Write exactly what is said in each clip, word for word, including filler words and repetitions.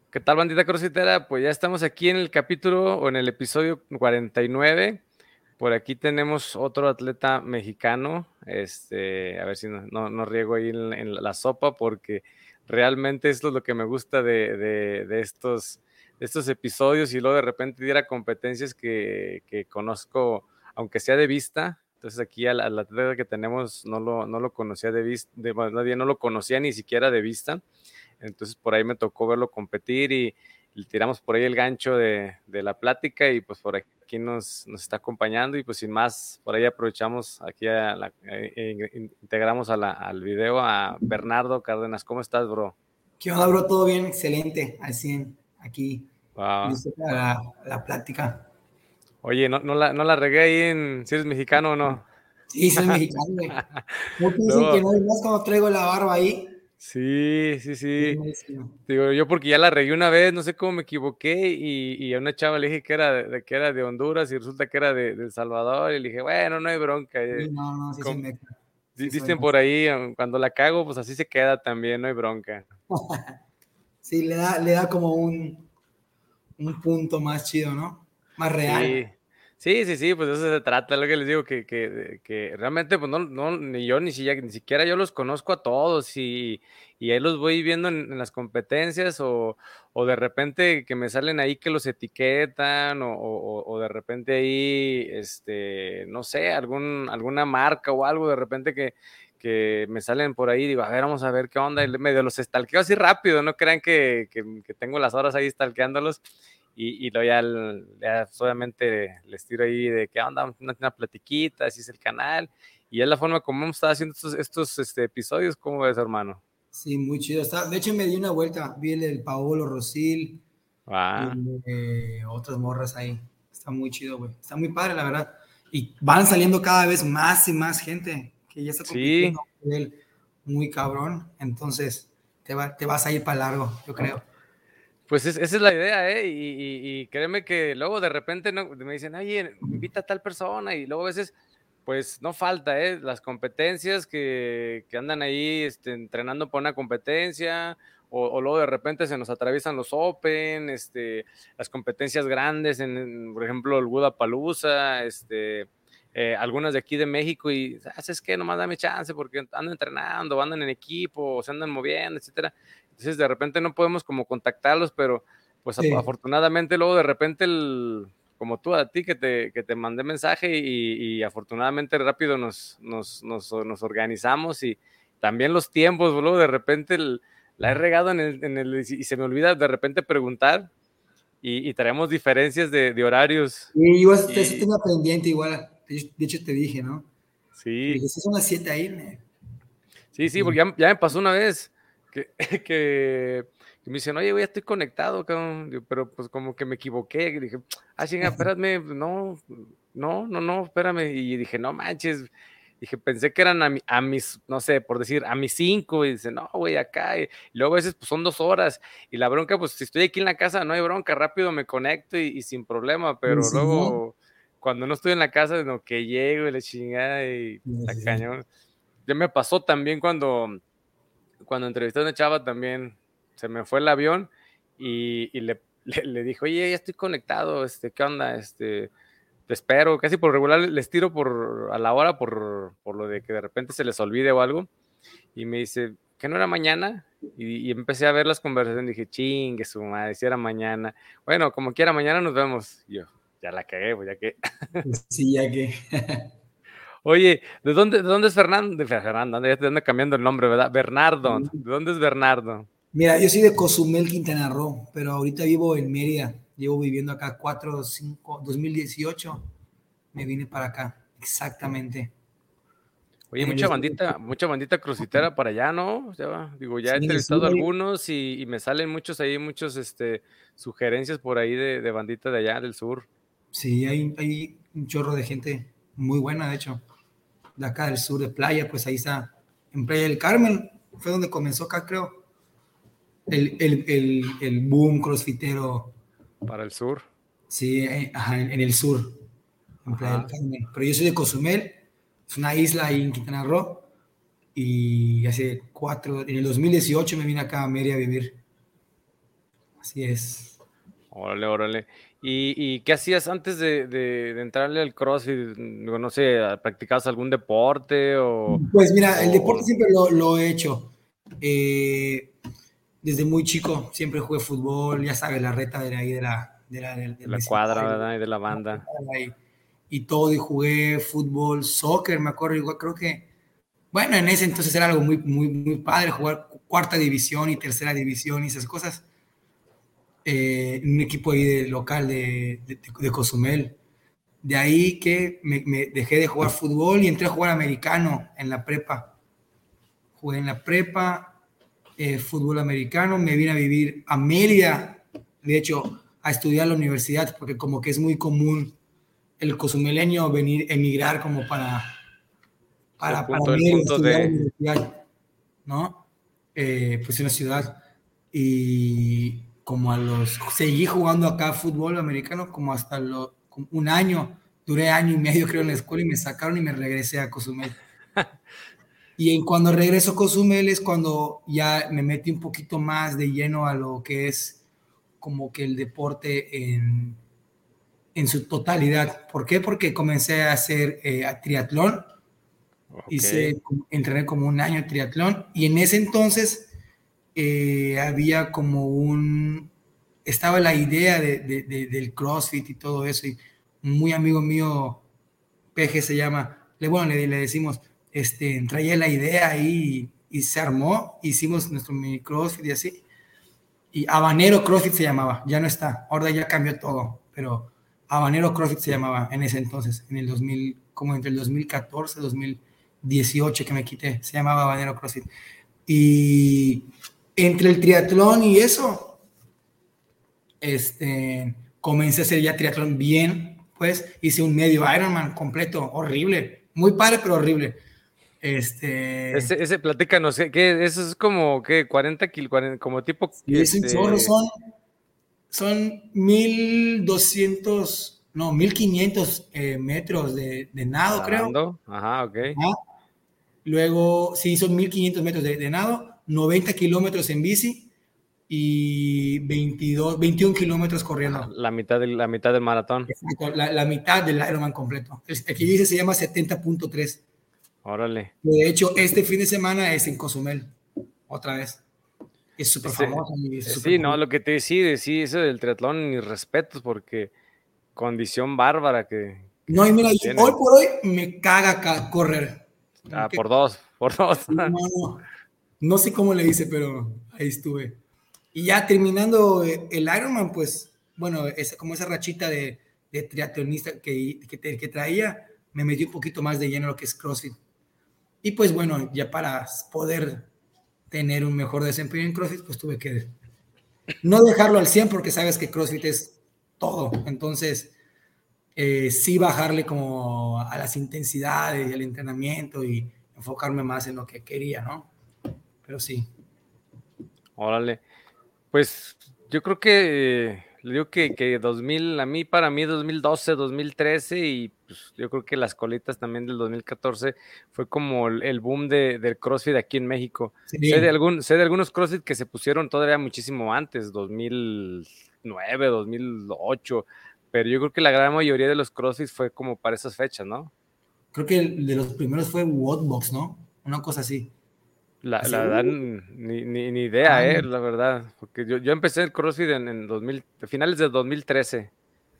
¿Qué tal, bandita crossfitera? Pues ya estamos aquí en el capítulo o en el episodio cuarenta y nueve. Por aquí tenemos otro atleta mexicano. Este, a ver si no, no, no riego ahí en, en la sopa, porque realmente esto es lo que me gusta de, de, de estos, de estos episodios, y luego de repente ir a competencias que, que conozco, aunque sea de vista. Entonces aquí al, al atleta que tenemos no lo, no lo conocía de vista, de, nadie no lo conocía ni siquiera de vista. Entonces por ahí me tocó verlo competir y, y tiramos por ahí el gancho de, de la plática, y pues por aquí nos, nos está acompañando, y pues sin más, por ahí aprovechamos aquí a la, eh, integramos a la, al video a Bernardo Cárdenas. ¿Cómo estás, bro? ¿Qué onda, bro? ¿Todo bien? Excelente, al cien, aquí, Wow. listo para la, la plática. Oye, ¿no, no, la, ¿no la regué ahí en si eres mexicano o no? Sí, soy mexicano, güey. No te dicen que Luego, no hay más cuando traigo la barba ahí. sí, sí, Sí, sí. buenísimo. Digo, yo porque ya la regué una vez, no sé cómo me equivoqué, y, y a una chava le dije que era de, que era de Honduras, y resulta que era de, de El Salvador, y le dije, bueno, no hay bronca. Sí, eh, no, no, sí soy com- mexa. di- Sí soy Dicen mexa. por ahí, um, cuando la cago, pues así se queda también, no hay bronca. Sí, le da, le da como un, un punto más chido, ¿no? Más Sí, real. sí, sí, sí, pues de eso se trata, lo que les digo, que, que, que realmente, pues no, no, ni yo, ni, si, ni siquiera yo los conozco a todos, y, y ahí los voy viendo en, en las competencias, o, o de repente que me salen ahí que los etiquetan, o, o, o de repente ahí, este, no sé, algún, alguna marca o algo, de repente que, que me salen por ahí, digo, a ver, vamos a ver qué onda, y medio los stalkeo así rápido, no crean que, que, que tengo las horas ahí stalkeándolos. Y, y luego ya, ya solamente les tiro ahí de qué onda, una, una platiquita, así es el canal, y es la forma como hemos estado haciendo estos, estos este, episodios. ¿Cómo ves, hermano? Sí, muy chido. Está, de hecho, me di una vuelta. Vi el del Paolo Rosil y Ah, el de eh, otras morras ahí. Está muy chido, güey. Está muy padre, la verdad. Y van saliendo cada vez más y más gente que ya está compitiendo sí, a un nivel muy cabrón. Entonces, te, va, te vas a ir para largo, yo creo. pues es, esa es la idea, ¿eh? Y, y, y, créeme que luego de repente no, me dicen, oye, invita a tal persona, y luego a veces, pues no falta, ¿eh? Las competencias que, que andan ahí este, entrenando para una competencia, o, o, luego de repente se nos atraviesan los Open, este, las competencias grandes, en, en, por ejemplo, el Wodapalooza, este, eh, algunas de aquí de México, y ¿sabes qué? Nomás dame chance porque andan entrenando, andan en equipo, se andan moviendo, etcétera. Entonces de repente no podemos como contactarlos, pero pues Sí, afortunadamente luego de repente el, como tú a ti que te, que te mandé mensaje, y, y afortunadamente rápido nos, nos, nos, nos, organizamos, y también los tiempos, luego de repente el, la he regado en el, en el, y se me olvida de repente preguntar, y, y traemos diferencias de, de horarios. y yo eso Y tenía pendiente igual. De hecho, te dije, ¿no? Te sí, dije, si son las siete ahí, me... sí, sí, porque ya, ya me pasó una vez que, que, que me dicen, oye, güey, ya estoy conectado, cabrón. Digo, pero pues como que me equivoqué. Y dije, ah, chinga, espérame, no, no, no, no, espérame. Y dije, no manches. Dije, pensé que eran a, mi, a mis, no sé, por decir, a mis cinco. Y dice, no, güey, acá. Y luego a veces pues son dos horas. Y la bronca, pues si estoy aquí en la casa, no hay bronca, rápido me conecto, y, y sin problema. Y Pero si no, luego, cuando no estoy en la casa, no, que llego y la chingada, y sí, la sí, sí. cañón. Ya me pasó también cuando, cuando entrevisté a una chava, también se me fue el avión, y, y le, le, le dije, oye, ya estoy conectado, este, ¿qué onda? Este, te espero, casi por regular les tiro por, a la hora por, por lo de que de repente se les olvide o algo, y me dice, ¿que no era mañana? Y, y empecé a ver las conversaciones, dije, chingue su madre, si era mañana. Bueno, como quiera, mañana nos vemos. Y yo, ya la cagué, pues ya que... Sí, ya que... Oye, ¿de dónde, de dónde es Fernando? De Fernando, ya te ando cambiando el nombre, ¿verdad? Bernardo. ¿De dónde es Bernardo? Mira, yo soy de Cozumel, Quintana Roo, pero ahorita vivo en Mérida. Llevo viviendo acá cuatro, cinco, dos mil dieciocho. Me vine para acá, exactamente. Oye, En el mucha estado bandita, mucha bandita crucitera para allá, ¿no? O sea, digo, ya he sí, en el sur, entrevistado a ahí. algunos, y, y me salen muchos ahí, muchos, este, sugerencias por ahí de, de bandita de allá del sur. Sí, hay, hay un chorro de gente muy buena, de hecho, de acá del sur de Playa, pues ahí está, en Playa del Carmen, fue donde comenzó acá, creo, el, el, el, el boom crossfitero, Para el sur. sí, eh, ajá, en, en el sur, en Playa del Ajá. Carmen. Pero yo soy de Cozumel, es una isla ahí en Quintana Roo, y hace cuatro, en el dos mil dieciocho me vine acá a Mérida a vivir. Así es. Órale, órale. ¿Y, y qué hacías antes de, de, de entrarle al CrossFit? Digo, no sé, ¿practicabas algún deporte o, Pues mira, el o, deporte o siempre lo, lo he hecho. Eh, desde muy chico siempre jugué fútbol, ya sabes, la reta de ahí de la, de la, del, del la cuadra, vecindario. ¿verdad? Y de la banda. Y, y todo, y jugué fútbol, soccer, me acuerdo, igual creo que, bueno, en ese entonces era algo muy, muy, muy padre jugar cuarta división y tercera división y esas cosas. Eh, en un equipo ahí de, local de, de, de Cozumel. De ahí que me, me, dejé de jugar fútbol y entré a jugar americano en la prepa. Jugué en la prepa, eh, fútbol americano, me vine a vivir a Mérida, de hecho, a estudiar a la universidad, porque como que es muy común el cozumeleño venir, emigrar como para, El para, para punto, el Mérida, punto estudiar a la de... universidad, ¿no? Eh, pues en la ciudad. Y como a los, seguí jugando acá fútbol americano como hasta lo, como un año, duré año y medio creo en la escuela y me sacaron y me regresé a Cozumel. Y en cuando regreso a Cozumel es cuando ya me metí un poquito más de lleno a lo que es como que el deporte en, en su totalidad. ¿Por qué? Porque comencé a hacer eh, a triatlón, Ok, hice, entrené como un año de triatlón y en ese entonces eh, había como un, estaba la idea de, de, de, del CrossFit y todo eso y un muy amigo mío, Peje se llama, le, bueno, le, le decimos, este, traía la idea ahí y, y se armó, hicimos nuestro mini CrossFit y así, y Habanero CrossFit se llamaba, ya no está, ahora ya cambió todo, pero Habanero CrossFit se llamaba en ese entonces, en el dos mil, como entre el dos mil catorce, dos mil dieciocho que me quité, se llamaba Habanero CrossFit. Y entre el triatlón y eso, este, comencé a hacer ya triatlón bien, pues hice un medio Ironman completo, horrible, muy padre, pero horrible. Este, ese, ese, platícanos, ¿qué, qué- eso es como, ¿qué? cuarenta kilos, como tipo, y es un chorro, este, son, son mil doscientos, no, mil quinientos eh, metros de, de nado, creo. nadando, ajá, ok. Ajá. Luego, sí, son mil quinientos metros de, de nado, noventa kilómetros en bici y veintidós, veintiún kilómetros Ajá, corriendo. la mitad del, la mitad del maratón, La, la mitad del Ironman completo. El, el que dice se llama setenta punto tres. órale. De hecho, este fin de semana es en Cozumel, otra vez. Es súper Ese, famoso y es súper sí, no, cool. lo que te decide, sí, eso del triatlón, mis respetos, porque condición bárbara que, No, y que, mira, que y hoy tienen. por hoy me caga ca- correr. Como Ah, que, por dos, por dos. no, no, no sé cómo le hice, pero ahí estuve. Y ya terminando eh, el Ironman, pues, bueno, es como esa rachita de, de triatlonista que, que, que traía, me metí un poquito más de lleno en lo que es CrossFit. Y pues bueno, ya para poder tener un mejor desempeño en CrossFit, pues tuve que no dejarlo al cien porque sabes que CrossFit es todo. Entonces, eh, sí bajarle como a las intensidades y al entrenamiento y enfocarme más en lo que quería, ¿no? Pero sí. Órale. Pues yo creo que, le digo que, que dos mil, a mí, para mí, dos mil doce, dos mil trece, y pues yo creo que las colitas también del dos mil catorce fue como el, el boom de, del CrossFit aquí en México. Sé de, Sí. algún, sé de algunos CrossFit que se pusieron todavía muchísimo antes, dos mil nueve, dos mil ocho, pero yo creo que la gran mayoría de los CrossFit fue como para esas fechas, ¿no? Creo que el de los primeros fue Wotbox, ¿no? Una cosa así. La, Hace la verdad, uh, ni, ni, ni idea, eh, años. la verdad, porque yo, yo empecé el CrossFit en, en dos mil, finales de dos mil trece.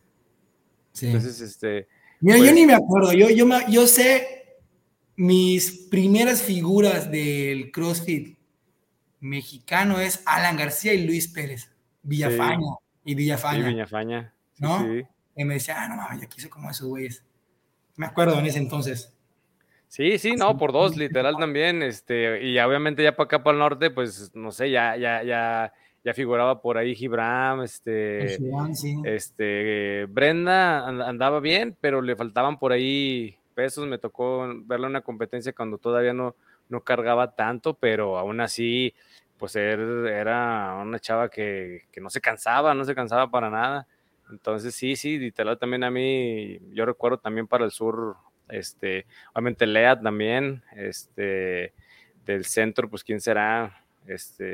Sí. Entonces, este, Mira, yo ni pues me acuerdo. Yo, yo, me- yo sé mis primeras figuras del CrossFit mexicano es Alan García y Luis Pérez, sí, Villafaña y sí, Villafaña, Viñafaña, sí, ¿no? sí. Y me decía, ah, no mames, ya quise como esos güeyes. Me acuerdo en ese entonces. Sí, sí, no, por dos, literal también, este, y ya obviamente ya para acá, para el norte, pues, no sé, ya, ya, ya, ya figuraba por ahí Gibram, El este, Gibran, sí. este, Brenda and- andaba bien, pero le faltaban por ahí pesos, me tocó verla en una competencia cuando todavía no, no cargaba tanto, pero aún así, pues, er- era una chava que, que no se cansaba, no se cansaba para nada. Entonces, sí, sí, literal también a mí, yo recuerdo también para el sur, este, obviamente Lea también, este, del centro, pues quién será, este,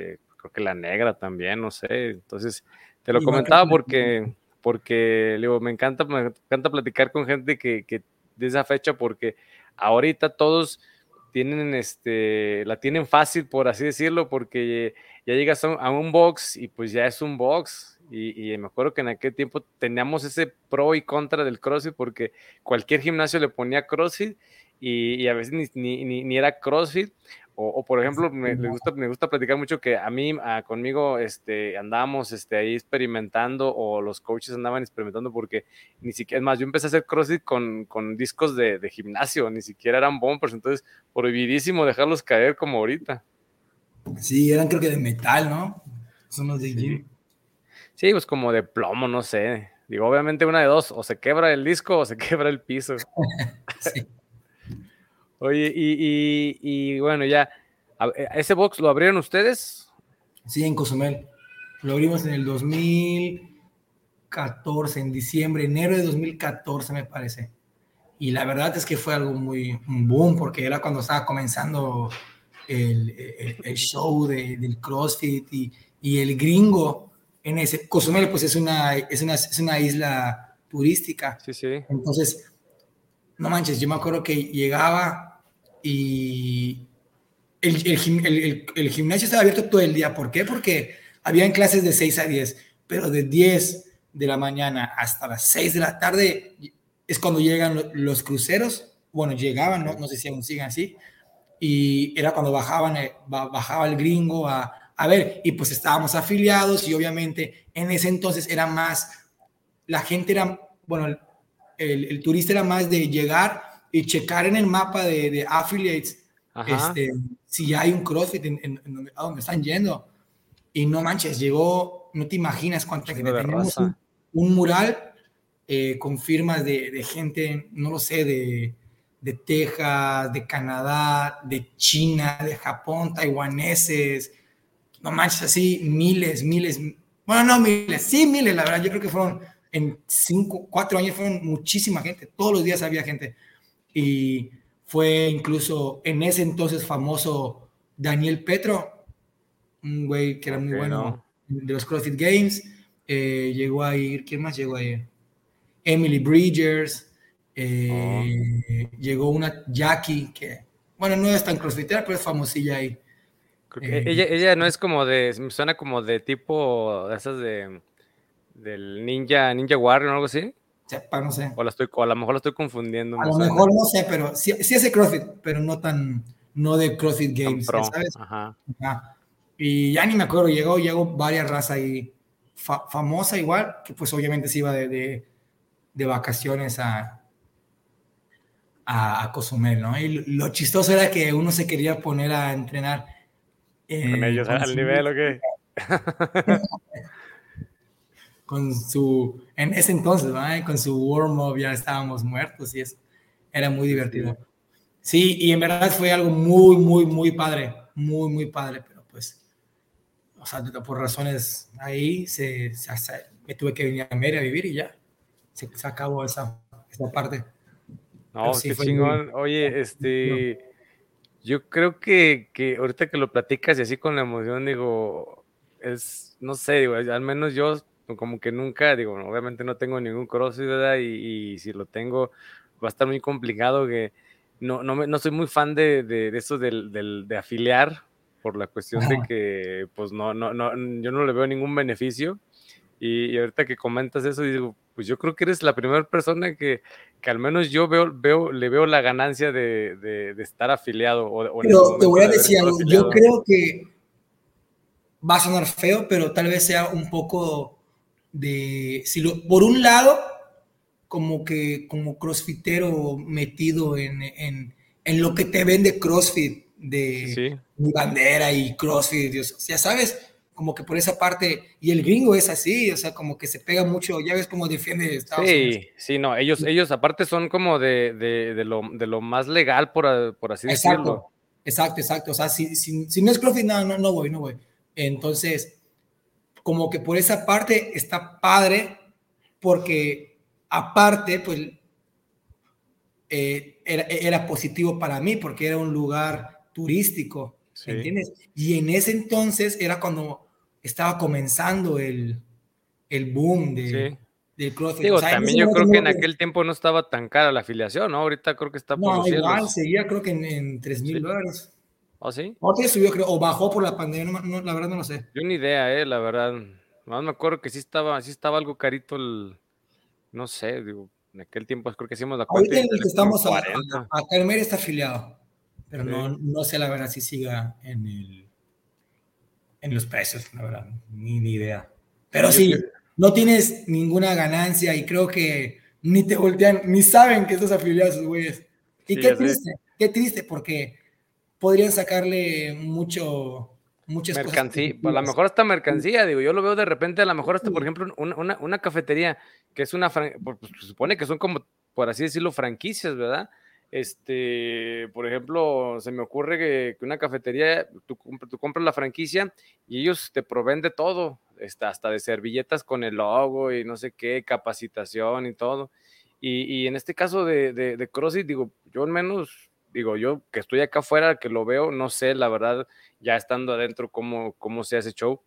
creo que la negra también, no sé. Entonces, te lo Igual creo comentaba que la- porque, porque digo, me encanta, me encanta platicar con gente que, que de esa fecha, porque ahorita todos tienen este, la tienen fácil, por así decirlo, porque ya llegas a un, a un box y pues ya es un box. Y, y me acuerdo que en aquel tiempo teníamos ese pro y contra del CrossFit, porque cualquier gimnasio le ponía CrossFit y, y a veces ni, ni, ni, ni era CrossFit. O, o, por ejemplo, me, me, gusta, me gusta platicar mucho que a mí, a, conmigo, este, andábamos este, ahí experimentando, o los coaches andaban experimentando, porque ni siquiera, es más, yo empecé a hacer CrossFit con, con discos de, de gimnasio, ni siquiera eran bumpers, entonces prohibidísimo dejarlos caer como ahorita. Sí, eran creo que de metal, ¿no? Son los de Sí, gym. sí, pues como de plomo, no sé. Digo, obviamente una de dos, o se quebra el disco o se quebra el piso. Sí. Oye, y, y, y bueno, ya, a- ¿ese box lo abrieron ustedes? Sí, en Cozumel. Lo abrimos en el dos mil catorce, en diciembre, enero de dos mil catorce me parece. Y la verdad es que fue algo muy, un boom, porque era cuando estaba comenzando el, el, el show de, del CrossFit y, y el gringo en ese. Cozumel, pues es una, es una, es una isla turística. Sí, sí. Entonces, no manches, yo me acuerdo que llegaba y el, el, el, el, gimnasio estaba abierto todo el día. ¿Por qué? Porque habían clases de seis a diez, pero de diez de la mañana hasta las seis de la tarde es cuando llegan los cruceros. Bueno, llegaban, no, no sé si aún siguen así. Y era cuando bajaban, eh, bajaba el gringo a, a ver, y pues estábamos afiliados y obviamente en ese entonces era más, la gente era, bueno, el, el, el turista era más de llegar y checar en el mapa de, de affiliates, Ajá. este, si hay un CrossFit en, en, en donde, a donde están yendo. Y no manches, llegó, no te imaginas cuánta Chingo gente. de Teníamos un, raza. un mural eh, con firmas de, de, gente, no lo sé, de, de Texas, de Canadá, de China, de Japón, taiwaneses, no manches, así miles, miles, bueno, no miles, sí miles, la verdad, yo creo que fueron en cinco, cuatro años fueron muchísima gente, todos los días había gente. Y fue incluso en ese entonces famoso Daniel Petro, un güey que era Ok, muy bueno no. de los CrossFit Games, eh, llegó a ir, ¿quién más llegó a ir? Emily Bridgers, Oh. eh, llegó una Jackie que, bueno, no es tan crossfitera, pero es famosilla ahí. Creo que Eh, ella, ella no es como de, me suena como de tipo, de esas de, del Ninja, Ninja Warrior o algo así. sepa, no sé. O, la estoy, o a lo mejor la estoy confundiendo, A me lo suena. mejor no sé, pero sí, sí hace CrossFit, pero no tan, no de CrossFit Tan Games, ya pro. sabes. Ajá. Ajá. Y ya ni me acuerdo, llegó, llegó varias razas ahí, fa famosa igual, que pues obviamente se iba de, de, de vacaciones a, a, a Cozumel, ¿no? Y lo chistoso era que uno se quería poner a entrenar Con eh, ellos con, al su, nivel, ¿o qué? con su, en ese entonces, ¿no? Con su warm-up ya estábamos muertos y eso era muy Sí, sí. divertido. Sí, y en verdad fue algo muy, muy, muy padre, muy, muy padre, pero pues, o sea, por razones ahí se, se, se me tuve que venir a Mérida a vivir y ya, se, se acabó esa, esa parte. Pero No, sí qué fue muy... chingón. Oye, este, yo creo que, que ahorita que lo platicas y así con la emoción, digo, es, no sé, digo, al menos yo como que nunca, digo, obviamente no tengo ningún CrossFit, ¿verdad? Y, y si lo tengo, va a estar muy complicado que no, no, me, no soy muy fan de, de, de eso del, del, de afiliar, por la cuestión de Ajá. que, pues no, no, no, yo no le veo ningún beneficio. Y, y ahorita que comentas eso, digo, pues yo creo que eres la primera persona que, que al menos yo veo, veo, le veo la ganancia de, de, de estar afiliado o, o en su Pero te voy momento a de haber decir estado algo, yo afiliado. creo que va a sonar feo, pero tal vez sea un poco de, si lo, por un lado, como que como crossfitero metido en, en, en lo que te vende CrossFit, Sí, de sí. mi bandera y CrossFit, Dios, ya sabes, como que por esa parte, y el gringo es así, o sea, como que se pega mucho, ya ves cómo defiende Estados Unidos. Sí, sí, no, ellos, ellos aparte son como de, de, de, lo, de lo más legal, por, a- por así decirlo. Exacto, exacto, exacto, o sea, si, si, si no es CrossFit, no, no, no voy, no voy. Entonces, como que por esa parte está padre, porque aparte, pues eh, era, era, positivo para mí porque era un lugar turístico ¿me Sí, entiendes? Y en ese entonces era cuando estaba comenzando el, el boom de, sí. del CrossFit. O Digo, sea, en ese también yo momento creo no que lo en que... aquel tiempo no estaba tan cara la afiliación, ¿no? Ahorita creo que está por No, los igual, cielos. seguía creo que en, en tres mil ¿Sí? dólares. ¿Oh, sí? Ahorita ya subió, creo, o bajó por la pandemia, no, no, la verdad no lo sé. Yo ni idea, eh, la verdad. Más me acuerdo que sí estaba, sí estaba algo carito el, no sé, digo, en aquel tiempo creo que hicimos la cuenta Ahorita y en el salió que como en estamos, a, cuarenta. a, acá el Mer está afiliado, pero no, Sí. no sé la verdad si siga en, el, en los precios, la verdad, ni, ni idea. Pero Sí, yo, yo, sí, no tienes ninguna ganancia y creo que ni te voltean, ni saben que estás afiliado a esos güeyes. Y sí, qué ya sé. triste, qué triste, porque podrían sacarle mucho, muchas cosas Mercancía, a lo positivas. mejor hasta mercancía, digo, yo lo veo de repente, a lo mejor hasta, por ejemplo, una, una, una cafetería, que es una, fran- pues, pues, se supone que son como, por así decirlo, franquicias, ¿verdad? Este, por ejemplo, se me ocurre que, que una cafetería, tú, comp- tú compras la franquicia y ellos te proveen de todo, este, hasta de servilletas con el logo y no sé qué, capacitación y todo. Y, y en este caso de, de, de CrossFit, digo, yo al menos, digo, yo que estoy acá afuera, que lo veo, no sé, la verdad ya estando adentro cómo, cómo se hace show,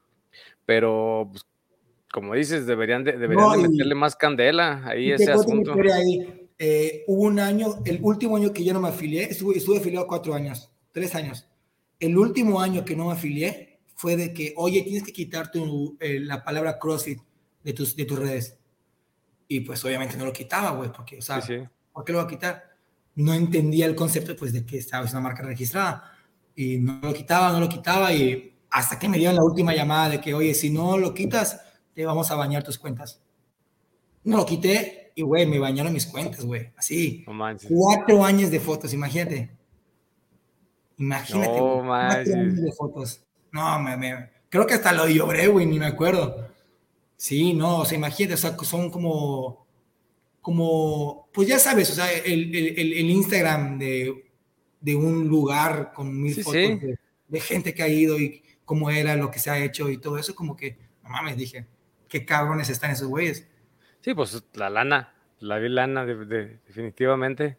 pero pues, como dices, deberían de, deberían No, de y, meterle más candela ahí y te ese cuento una asunto. historia ahí. Eh, hubo un año, el último año que yo no me afilié, estuve, estuve afiliado cuatro años, tres años. El último año que no me afilié fue de que, oye, tienes que quitar tu, eh, la palabra CrossFit de tus, de tus redes. Y pues obviamente no lo quitaba, güey, porque, o Sí, sea, sí. ¿por qué lo va a quitar? No entendía el concepto, pues, de que estaba es una marca registrada. Y no lo quitaba, no lo quitaba, y hasta que me dieron la última llamada de que, oye, si no lo quitas, te vamos a bañar tus cuentas. No lo quité y, güey, me bañaron mis cuentas, güey. Así. No manches. Cuatro años de fotos, imagínate. Imagínate, güey. No Cuatro manches. años de fotos. No, me, me, creo que hasta lo lloré, güey, ni me acuerdo. Sí, no, o sea, imagínate, o sea, son como, como, pues ya sabes, o sea, el, el, el, el Instagram de, de un lugar con mil Sí, fotos sí. de, de gente que ha ido y cómo era lo que se ha hecho y todo eso, como que, no mames, dije, qué cabrones están esos güeyes. Sí, pues la lana, la vi lana de, de- definitivamente.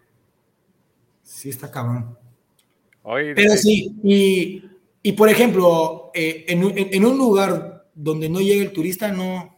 Sí, está cabrón. Oye, Pero eh, sí, y, y por ejemplo, eh, en, un- en, en un lugar donde no llega el turista, no,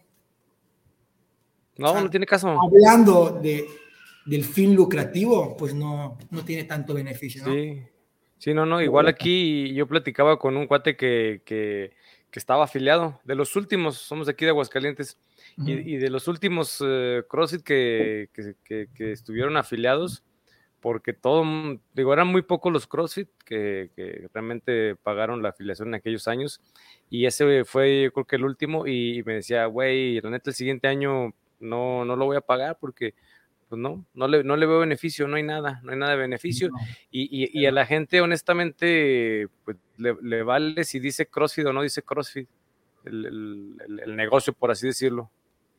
o no, no sea, tiene caso. hablando de, del fin lucrativo, pues no, no tiene tanto beneficio, ¿no? Sí, sí, no, no, igual aquí yo platicaba con un cuate que, que, que estaba afiliado, de los últimos, somos de aquí de Aguascalientes, Ujú. y, y de los últimos eh, CrossFit que, que, que, que estuvieron afiliados, porque todo, mm, digo, eran muy pocos los CrossFit que, que realmente pagaron la afiliación en aquellos años, y ese fue yo creo que el último, y me decía, güey, la neta el siguiente año no, no lo voy a pagar porque pues no, no le, no le veo beneficio, no hay nada, no hay nada de beneficio. No, Y, y, y a la gente, honestamente, pues le, le, vale si dice CrossFit o no dice CrossFit, el, el, el, negocio, por así decirlo.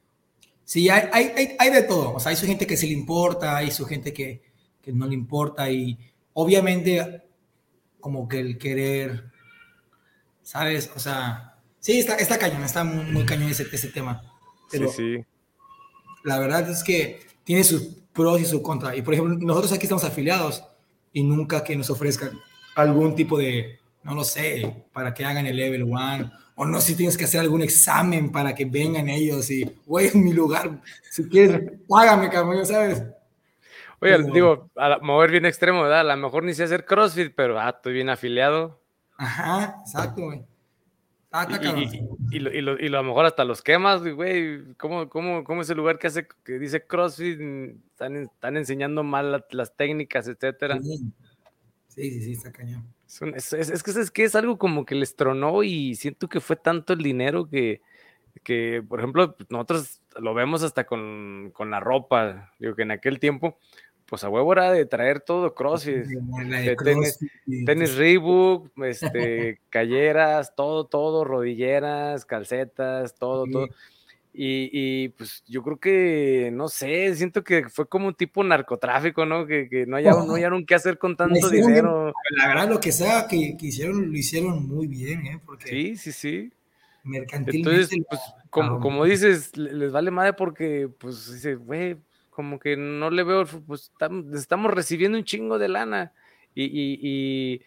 sí, hay, hay, hay, hay, de todo. O sea, hay su gente que sí le importa, hay su gente que, que no le importa y obviamente como que el querer, ¿sabes? O sea, sí, está, está cañón, está muy, muy cañón ese, ese tema. Sí, Pero sí. la verdad es que tiene sus pros y sus contras. Y por ejemplo, nosotros aquí estamos afiliados y nunca que nos ofrezcan algún tipo de, no lo sé, para que hagan el level one, o no sé si tienes que hacer algún examen para que vengan ellos y, güey, en mi lugar, si quieres, págame, cabrón, ¿sabes? Oye, Pero, digo, a la, mover bien extremo, ¿verdad? A lo mejor ni sé hacer CrossFit, pero ah, estoy bien afiliado. ajá, exacto, güey. Ah, Y, está cabrón. y, y, y, lo, y, lo, y, lo, a lo mejor hasta los quemas, güey. ¿Cómo, cómo, cómo es el lugar que hace, que dice CrossFit? Están, están enseñando mal la, las técnicas, Sí, etcétera. sí, sí, sí, está cañón. Es, un- es, es, es que es que es algo como que les tronó y siento que fue tanto el dinero que, que por ejemplo, nosotros lo vemos hasta con, con la ropa. Digo que en aquel tiempo, pues a huevo era de traer todo CrossFit, La de de tenis, CrossFit y tenis tus- Reebok, este, calleras, todo, todo, rodilleras, calcetas, todo, todo. sí. Y, y, pues yo creo que, no sé, siento que fue como un tipo narcotráfico, ¿no? Que, que no hallaron, no hallaron qué hacer con La tanto hicieron bien, dinero. la verdad, lo que sea que, que hicieron, lo hicieron muy bien, ¿eh? Porque Sí, sí, sí. mercantilmente Entonces, la, pues, la como, como rompieron. dices, le- les vale madre porque, pues, dice, güey, como que no le veo, el fu- pues, estamos, estamos recibiendo un chingo de lana. Y, y,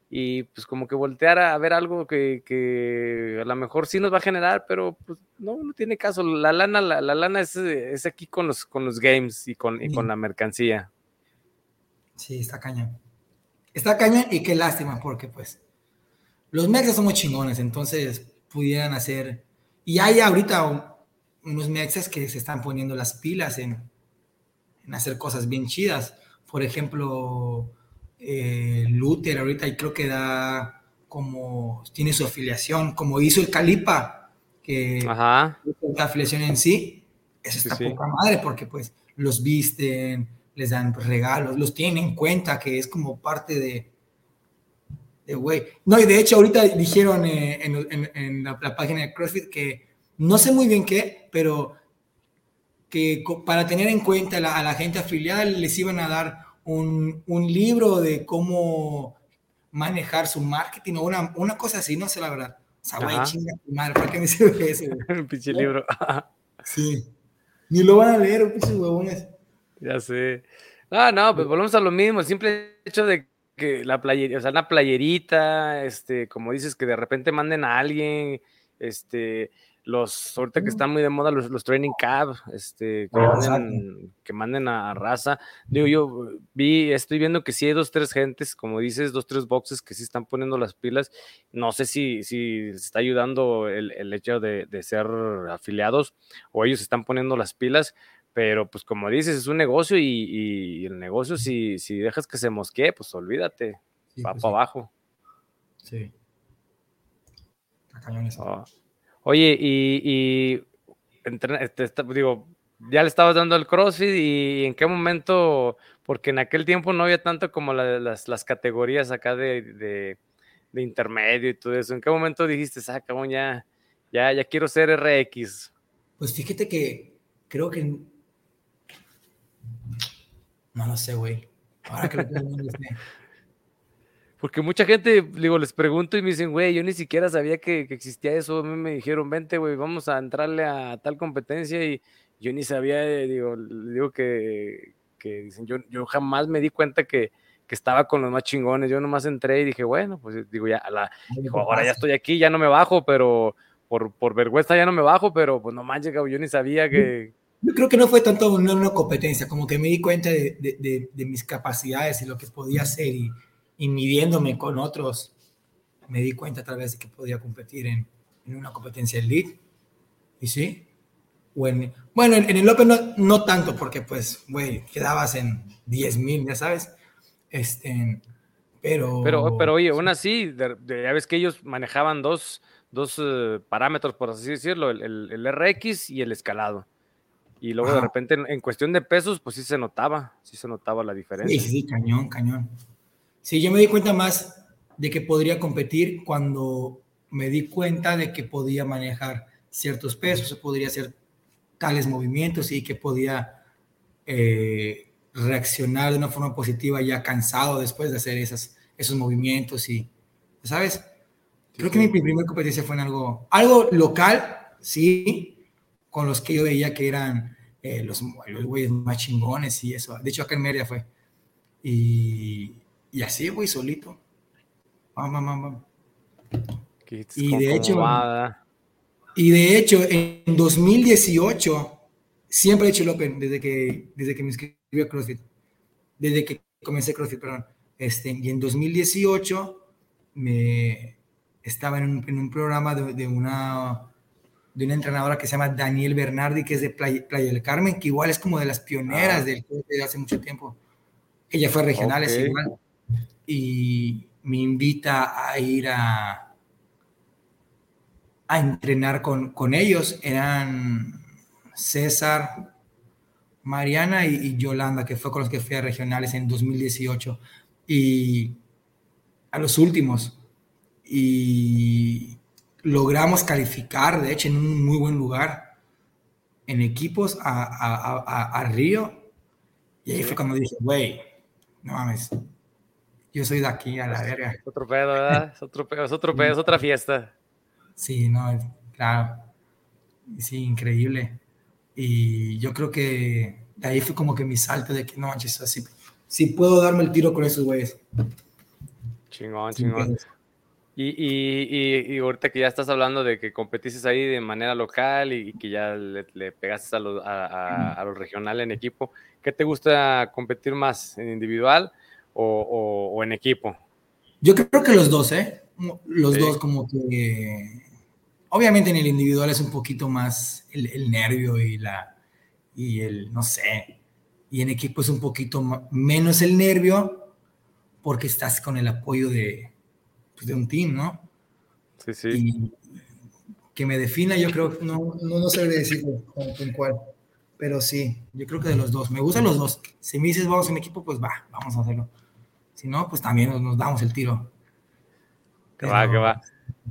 y pues como que voltear a ver algo que, que a lo mejor sí nos va a generar, pero pues no, no tiene caso. La lana, la, la lana es, es aquí con los, con los games y con, y con Sí, la mercancía. sí, está cañón. Está cañón y qué lástima, porque pues los mexas son muy chingones, entonces pudieran hacer. Y hay ahorita unos mexas que se están poniendo las pilas en, en hacer cosas bien chidas. Por ejemplo, eh, Luther ahorita y creo que da como, tiene su afiliación, como hizo el Calipa, que Ajá, la afiliación en sí, eso sí, está sí. poca madre porque pues los visten, les dan pues, regalos, los tienen en cuenta que es como parte de, de güey. No, y de hecho ahorita dijeron eh, en, en, en la, la página de CrossFit que no sé muy bien qué, pero que para tener en cuenta la, a la gente afiliada les iban a dar un, un, libro de cómo manejar su marketing o una, una cosa así, no sé la verdad. O sea, güey, Ajá. chinga tu madre, ¿para qué me sirve eso? Un pinche libro. Sí. Ni lo van a leer, pinches huevones. Ya sé. Ah, no, pues volvemos a lo mismo, el simple hecho de que la playerita, o sea, una playerita, este, como dices, que de repente manden a alguien, este, los, ahorita que están muy de moda los, los training cab, este, que Exacto. manden, que manden a, a raza. Digo, yo vi, estoy viendo que sí hay dos, tres gentes, como dices, dos, tres boxes que sí están poniendo las pilas. No sé si, si les está ayudando el, el hecho de, de ser afiliados o ellos están poniendo las pilas. Pero pues como dices, es un negocio y, y el negocio si, si dejas que se mosquee, pues olvídate, Sí, va pues para sí. abajo. Sí. Está cañón eso. Oh. Oye, y, y entrena- te está- digo, ya le estabas dando el CrossFit y en qué momento, porque en aquel tiempo no había tanto como la- las, las categorías acá de, de, de intermedio y todo eso. ¿En qué momento dijiste, ah, cabrón, ya, ya, ya quiero ser R X? Pues fíjate que creo que no lo sé, güey. Ahora que lo tengo, no lo sé. Porque mucha gente, digo, les pregunto y me dicen, güey, yo ni siquiera sabía que, que existía eso. A mí me dijeron, vente, güey, vamos a entrarle a tal competencia y yo ni sabía, eh, digo, le digo que, que dicen, yo, yo jamás me di cuenta que, que estaba con los más chingones. Yo nomás entré y dije, bueno, pues digo, ya, a la, Algo dijo, te ahora ya pasa. estoy aquí, ya no me bajo, pero por, por vergüenza ya no me bajo, pero pues no manches, cabrón, yo ni sabía que. Yo creo que no fue tanto una, una competencia, como que me di cuenta de, de, de, de mis capacidades y lo que podía hacer y, y, midiéndome con otros, me di cuenta tal vez de que podía competir en, en una competencia elite. Y sí, o en, bueno, en, en el Open no, no, tanto, porque pues, güey, quedabas en diez mil, ya sabes. Este, Pero, pero pero oye, aún así, de- de- ya ves que ellos manejaban dos, dos eh, parámetros, por así decirlo, el, el- el R X y el escalado. Y luego de ajá, repente, en, en cuestión de pesos, pues sí se notaba, sí se notaba la sí, sí, diferencia. sí, cañón, cañón. Sí, yo me di cuenta más de que podría competir cuando me di cuenta de que podía manejar ciertos pesos, podría hacer tales movimientos y que podía eh, reaccionar de una forma positiva ya cansado después de hacer esas, esos movimientos y, ¿sabes? Sí, Creo que mi sí. primera competencia fue en algo, algo local, sí, con los que yo veía que eran eh, los, los güeyes más chingones y eso. De hecho, acá en Mérida fue. Y, y así, güey, solito. Vamos, vamos, vamos. Que es Y como, de como hecho, va, ¿verdad? y de hecho, en dos mil dieciocho, siempre he hecho el Open desde que, desde que me inscribí a CrossFit. Desde que comencé CrossFit, perdón. Este, y en dos mil dieciocho me estaba en un, en un programa de, de, una, de una entrenadora que se llama Daniel Bernardi, que es de Playa, Playa del Carmen, que igual es como de las pioneras Ah, del CrossFit de hace mucho tiempo. Ella fue a ok. regionales igual. Y me invita a ir a, a entrenar con, con ellos. Eran César, Mariana y, y Yolanda, que fue con los que fui a regionales en dos mil dieciocho. Y a los últimos. Y logramos calificar, de hecho, en un muy buen lugar, en equipos a, a, a, a Río. Y ahí Sí. fue cuando dije, güey, no mames, yo soy de aquí a la Es verga. otro pedo, ¿verdad? Es otro pedo, es otro pedo, es otra fiesta. Sí, no, claro. Sí, increíble. Y yo creo que de ahí fue como que mi salto de que no manches, así, sí puedo darme el tiro con esos güeyes. Chingón, sin chingón. pedos. Y, y, y, y ahorita que ya estás hablando de que competiste ahí de manera local y, y que ya le, le pegaste a lo, a, a, a lo regional en equipo, ¿qué te gusta competir más, en individual o, o, o en equipo? Yo creo que los dos, ¿eh? Los dos Sí, como que... Obviamente en el individual es un poquito más el, el nervio y la... Y el, no sé. Y en equipo es un poquito ma- menos el nervio porque estás con el apoyo de, pues, de un team, ¿no? sí, sí. Y que me defina, yo creo, no, no, no sé decir con, con cuál, pero sí, yo creo que de los dos. Me gustan los dos. Si me dices vamos en equipo, pues va, vamos a hacerlo. Si no, pues también nos, nos damos el tiro. Que va, que Pero va.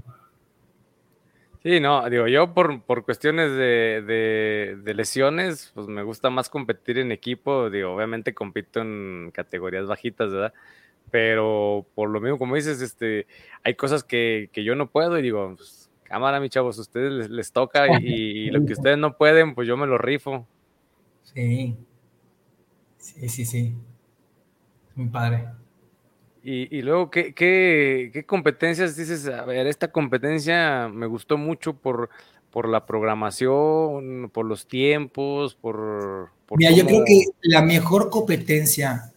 Sí, no, digo, yo por, por cuestiones de, de, de lesiones, pues me gusta más competir en equipo, digo, obviamente compito en categorías bajitas, ¿verdad? Pero por lo mismo, como dices, este, hay cosas que, que yo no puedo y digo, pues, cámara, mis chavos, a ustedes les, les toca y, y lo que ustedes no pueden, pues yo me lo rifo. sí, sí, sí, sí, muy padre. Y, y luego, ¿qué, qué, qué competencias dices? A ver, esta competencia me gustó mucho por, por la programación, por los tiempos, por, por Mira, yo creo que cómo... la mejor competencia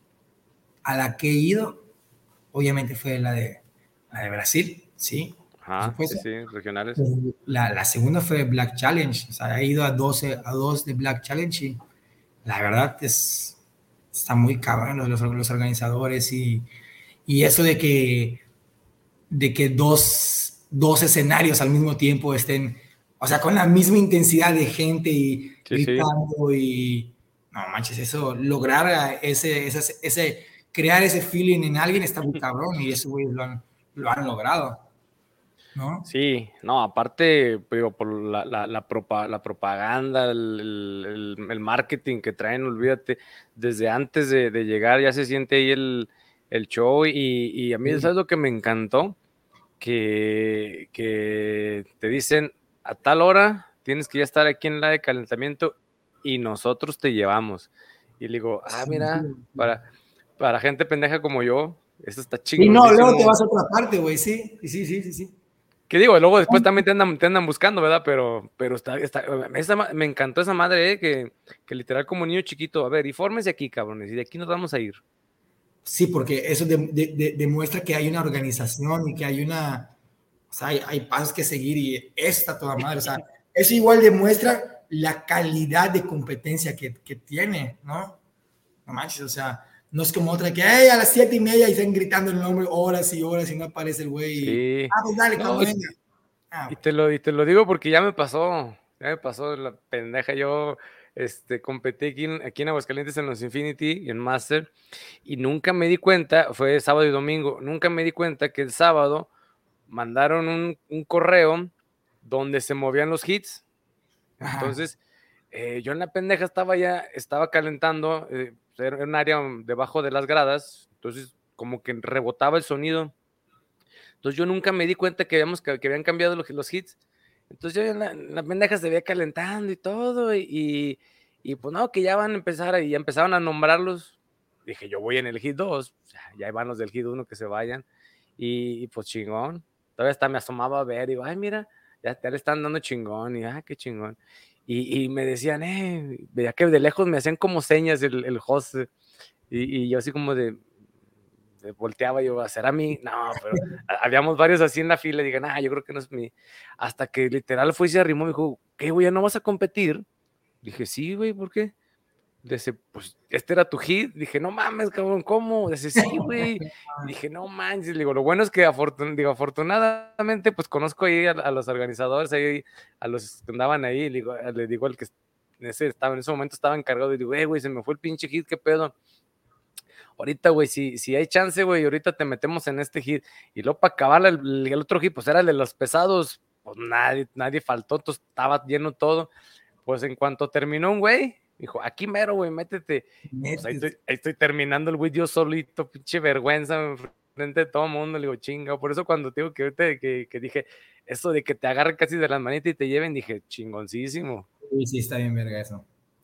a la que he ido, obviamente fue la de, la de Brasil, sí, por Ajá, sí, supuesto. sí, regionales. Pero La, la segunda fue Black Challenge, o sea, he ido a doce a dos de Black Challenge y la verdad es, está muy cabrón los, los organizadores y, y eso de que, de que dos, dos escenarios al mismo tiempo estén, o sea, con la misma intensidad de gente y Sí, sí. gritando y, no manches, eso, lograr ese, ese, ese crear ese feeling en alguien está muy cabrón y eso, güey, lo han, lo han logrado, ¿no? Sí, no, aparte, digo, por la, la, la, propa- la propaganda, el, el- el marketing que traen, olvídate, desde antes de, de llegar ya se siente ahí el, el show y, y a mí, Sí, ¿sabes lo que me encantó? Que, que te dicen a tal hora tienes que ya estar aquí en la de calentamiento y nosotros te llevamos. Y le digo, ah, sí, mira, sí. para, para gente pendeja como yo, eso está Y no, luego te chingoncísimo. vas a otra parte, güey, sí, sí, sí, sí, sí. Que digo, luego después también te andan, te andan buscando, ¿verdad? Pero, pero está, está, esa ma- me encantó esa madre, ¿eh? Que, que literal como niño chiquito, a ver, y fórmense aquí, cabrones, y de aquí nos vamos a ir. Sí, porque eso de, de, de, demuestra que hay una organización y que hay una, o sea, hay, hay pasos que seguir y está toda madre, o sea, eso igual demuestra la calidad de competencia que, que tiene, ¿no? No manches, o sea, no es como otra que hey, a las siete y media y están gritando el nombre horas y horas y no aparece el güey. Y, Sí. ah, pues dale, No, como venga. Ah, y güey. te lo, y te lo digo porque ya me pasó, ya me pasó la pendeja. Yo este, competí aquí en, aquí en Aguascalientes en los Infinity y en Master, y nunca me di cuenta, fue sábado y domingo, nunca me di cuenta que el sábado mandaron un, un correo donde se movían los hits. Ajá. Entonces, eh, yo en la pendeja estaba ya, estaba calentando, eh, era un área debajo de las gradas, entonces como que rebotaba el sonido. Entonces yo nunca me di cuenta que, habíamos, que, que habían cambiado los, los hits. Entonces yo en la, en la pendeja se veía calentando y todo, y, y, y pues no, que ya van a empezar, y ya empezaron a nombrarlos. Dije, yo voy en el hit dos, ya van los del hit uno que se vayan, y, y pues chingón. Todavía hasta me asomaba a ver, y digo, ay, mira, ya, ya le están dando chingón, y ah, qué chingón. Y, y me decían, eh, veía que de lejos me hacían como señas el, el host, y, y yo así como de, volteaba yo, a ¿será mí? No, pero habíamos varios así en la fila y dije, nah, yo creo que no es mi. Hasta que literal fue y se arrimó, me dijo, ¿qué, güey, ya no vas a competir? Dije, sí, güey, ¿por qué? Dice, pues este era tu hit. Dije, no mames, cabrón, ¿cómo? Dice, sí, güey. Y dije, no manches. Le digo, lo bueno es que afortun digo, afortunadamente, pues conozco ahí a, a, los organizadores, ahí, a los que andaban ahí. Le digo, le digo al que en ese, estaba, en ese momento estaba encargado. Y digo, eh, güey, se me fue el pinche hit, ¿qué pedo? Ahorita, güey, si, si hay chance, güey, ahorita te metemos en este hit. Y luego para acabar el, el, otro hit, pues era el de los pesados, pues nadie, nadie faltó, entonces estaba lleno todo. Pues en cuanto terminó un güey, dijo, aquí mero, güey, métete. Y pues ahí estoy, ahí estoy terminando el güey, yo solito, pinche vergüenza, frente de todo el mundo. Le digo, chinga, por eso cuando te digo que ahorita que, que dije, eso de que te agarren casi de las manitas y te lleven, dije, chingoncísimo. Sí, sí, está bien verga eso.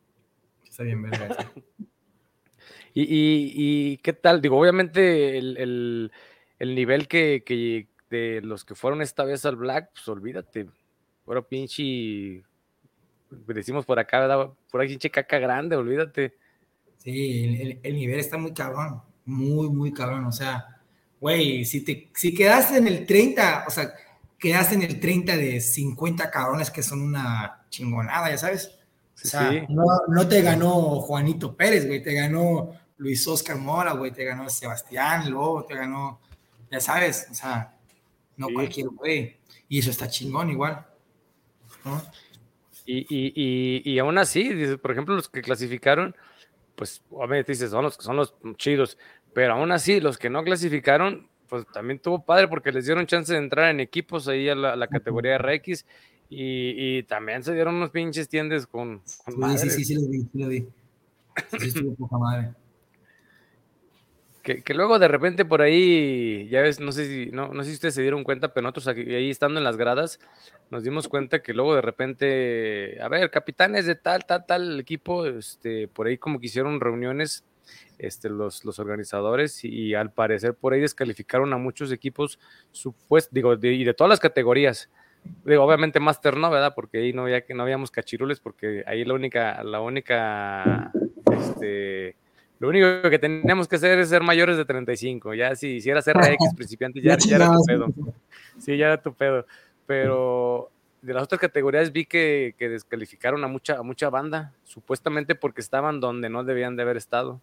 Está bien verga eso. Y, y, y, qué tal, digo, obviamente el, el, el nivel que, que de los que fueron esta vez al Black, pues olvídate, puro pinche, decimos por acá, ¿verdad? Pura pinche caca grande, olvídate. Sí, el, el, el nivel está muy cabrón, muy, muy cabrón, o sea, güey, si, te, si quedaste en el treinta, o sea, quedaste en el treinta de cincuenta cabrones que son una chingonada, ya sabes. O Sí, sea, sí. no, no te ganó Juanito Pérez, güey, te ganó Luis Oscar Mora, güey, te ganó Sebastián Lobo, te ganó, ya sabes, o sea, no Sí. cualquier güey. Y eso está chingón igual, ¿no? Y, y, y, y aún así, por ejemplo, los que clasificaron, pues obviamente dices, son los que son los chidos, pero aún así, los que no clasificaron, pues también tuvo padre porque les dieron chance de entrar en equipos ahí a la, a la categoría R X y, y también se dieron unos pinches tiendes con, con Sí, sí, sí, madres. sí lo vi, sí lo vi. Sí, sí, estuvo poca madre. Que, que luego de repente por ahí, ya ves, no sé si, no, no sé si ustedes se dieron cuenta, pero nosotros aquí, ahí estando en las gradas, nos dimos cuenta que luego de repente, a ver, capitanes de tal, tal, tal equipo, este, por ahí como que hicieron reuniones, este, los, los organizadores, y, y al parecer por ahí descalificaron a muchos equipos, supuesto, digo, de, y de todas las categorías. Digo, obviamente Master no, ¿verdad? Porque ahí no había, no habíamos cachirules, porque ahí la única, la única, este lo único que teníamos que hacer es ser mayores de treinta y cinco. Ya si hicieras R X principiante, ya, Ya ya era tu chingados. pedo. Sí, ya era tu pedo. Pero de las otras categorías vi que, que descalificaron a mucha, a mucha banda, supuestamente porque estaban donde no debían de haber estado.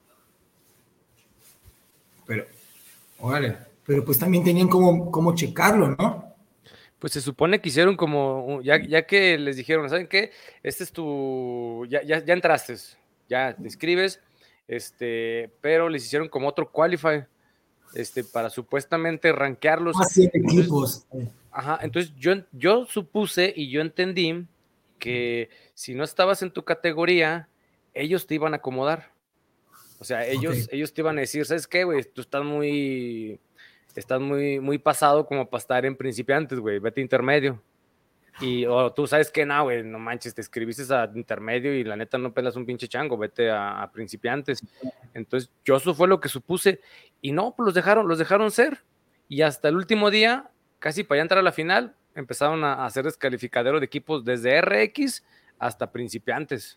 Pero, órale, pero pues también tenían como, como checarlo, ¿no? Pues se supone que hicieron como, ya, ya que les dijeron, ¿saben qué? Este es tu, ya, ya, ya entraste, ya te inscribes, este, pero les hicieron como otro qualify, este, para supuestamente rankearlos. Ah, siete Entonces, equipos. ajá, entonces yo, yo supuse y yo entendí que si no estabas en tu categoría, ellos te iban a acomodar. O sea, Ok. ellos, ellos te iban a decir, ¿sabes qué, güey? Tú estás muy, estás muy, muy pasado como para estar en principiantes, güey. Vete a intermedio. Y o tú sabes que no, güey, no manches, te escribiste a intermedio y la neta no pelas un pinche chango, vete a, a principiantes. Entonces, yo eso fue lo que supuse. Y no, pues los dejaron, los dejaron ser. Y hasta el último día, casi para ya entrar a la final, empezaron a, a hacer descalificadero de equipos desde R X hasta principiantes.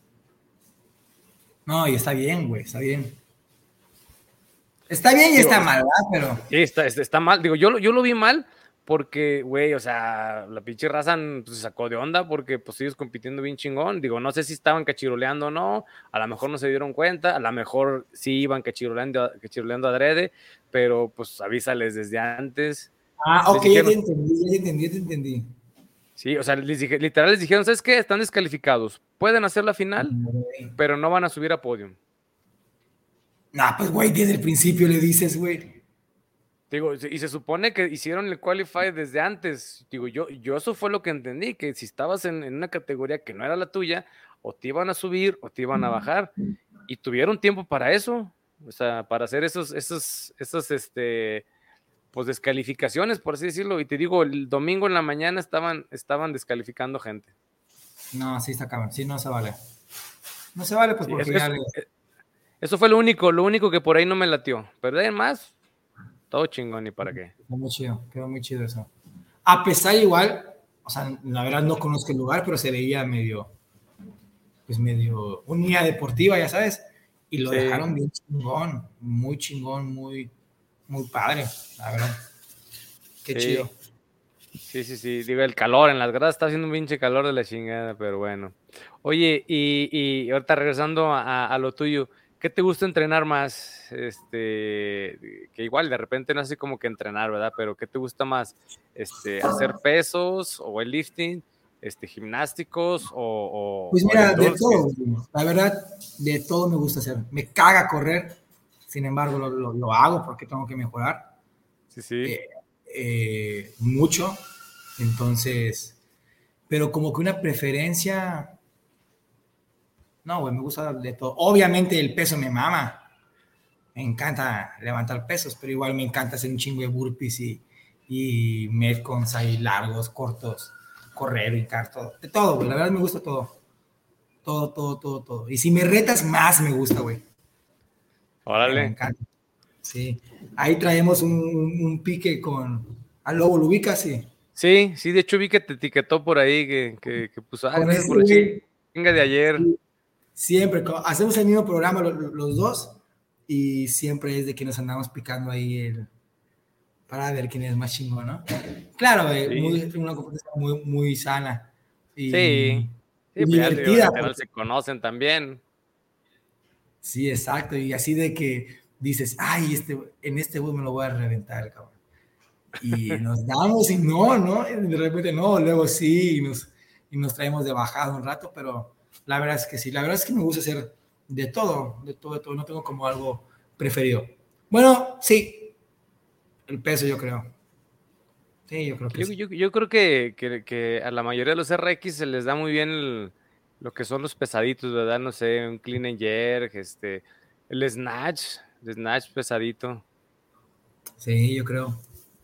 No, y está bien, güey, está bien. Está bien y Digo, está mal, ¿verdad? Pero. sí, está, está, está mal. Digo, yo, yo lo vi mal porque, güey, o sea, la pinche raza pues, se sacó de onda porque pues ellos compitiendo bien chingón. Digo, no sé si estaban cachiroleando o no, a lo mejor no se dieron cuenta, a lo mejor sí iban cachiroleando, cachiroleando adrede, pero pues avísales desde antes. Ah, Les ok, ya te dijeron, entendí, ya te entendí, ya te entendí. sí, o sea, les dije, literal les dijeron, ¿sabes qué? Están descalificados, pueden hacer la final, pero no van a subir a podium. Nah, pues, güey, desde el principio le dices, güey. Digo, y se supone que hicieron el qualify desde antes. Digo, yo, yo eso fue lo que entendí, que si estabas en, en una categoría que no era la tuya, o te iban a subir o te iban a bajar. Y tuvieron tiempo para eso, o sea, para hacer esos, esos, esos, este, pues descalificaciones, por así decirlo. Y te digo, el domingo en la mañana estaban, estaban descalificando gente. No, sí está cabrón, sí, no se vale. No se vale, pues, Sí, porque eso, ya eso, le. eso fue lo único, lo único que por ahí no me latió. Pero además, todo chingón y para qué. Quedó muy chido, quedó muy chido eso. A pesar igual, o sea, la verdad no conozco el lugar, pero se veía medio, pues medio unidad deportiva, ya sabes, y lo Sí. dejaron bien chingón, muy chingón, muy, muy padre, la verdad. Qué Sí. chido. Sí, sí, sí. Digo, el calor en las gradas está haciendo un pinche calor de la chingada, pero bueno. Oye, y, y ahorita regresando a, a lo tuyo, ¿qué te gusta entrenar más? Este, que igual de repente no sé como que entrenar, ¿verdad? Pero ¿qué te gusta más? Este, ¿hacer pesos o el lifting? Este, gimnásticos o, Pues o, o el mira, de endurance? todo, güey. La verdad, de todo me gusta hacer. Me caga correr, sin embargo, lo, lo, lo hago porque tengo que mejorar Sí, sí. eh, eh, mucho. Entonces, pero como que una preferencia, no, güey, me gusta de todo. Obviamente el peso me mama. Me encanta levantar pesos, pero igual me encanta hacer un chingo de burpees y, y metcons ahí largos, cortos, correr, brincar, todo. De todo, güey. La verdad me gusta todo. Todo, todo, todo, todo. Y si me retas, más me gusta, güey. Me Órale. encanta. Sí. ahí traemos un, un, un pique con al Lobo, ¿lo ubicas? Sí. Sí, sí, de hecho vi que te etiquetó por ahí, que, que, que puso, ah, Con gracias ese por la güey, chinga de ayer. siempre, hacemos el mismo programa los, los dos y siempre es de que nos andamos picando ahí el, para ver quién es más chingón, ¿no? Claro, eh, Sí, muy, una competencia muy, muy sana y, sí, y sí, pues ya digo, divertida. literal Porque, se conocen también. sí, exacto, y así de que dices, ay, este, en este bus me lo voy a reventar, cabrón. Y nos damos y no, ¿no? De repente no, luego sí, y nos, y nos traemos de bajada un rato, pero la verdad es que sí, la verdad es que me gusta hacer de todo, de todo, de todo, no tengo como algo preferido. Bueno, sí, el peso yo creo. Sí, yo creo que Yo, sí. yo, yo creo que, que, que a la mayoría de los R X se les da muy bien el- lo que son los pesaditos, ¿verdad? No sé, un clean and jerk, este, el snatch, el snatch pesadito. Sí, yo creo.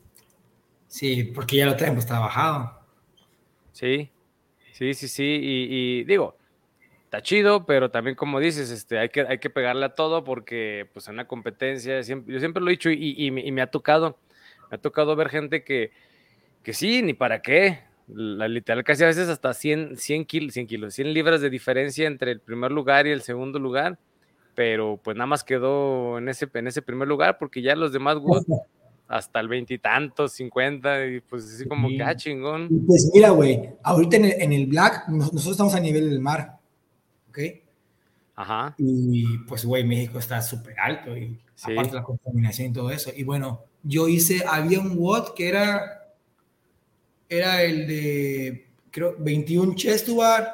Sí, porque ya lo tenemos trabajado. Sí, sí, sí, sí. Y, y digo, está chido, pero también como dices, este, hay que, hay que pegarle a todo porque pues en una competencia, siempre, yo siempre lo he dicho y, y, me y me ha tocado, me ha tocado ver gente que, que sí, ni para qué. La literal casi a veces hasta cien cien kilos, cien kilos, cien libras de diferencia entre el primer lugar y el segundo lugar, pero pues nada más quedó en ese, en ese primer lugar porque ya los demás Wood hasta el veintitantos, cincuenta, y pues así como que, ah, Sí. chingón. Y pues mira, güey, ahorita en el, en el Black, nosotros estamos a nivel del mar, ¿ok? Ajá, Y pues, güey, México está súper alto y aparte sí. la contaminación y todo eso. Y bueno, yo hice, había un WOD que era, era el de, creo, veintiún chest to bar,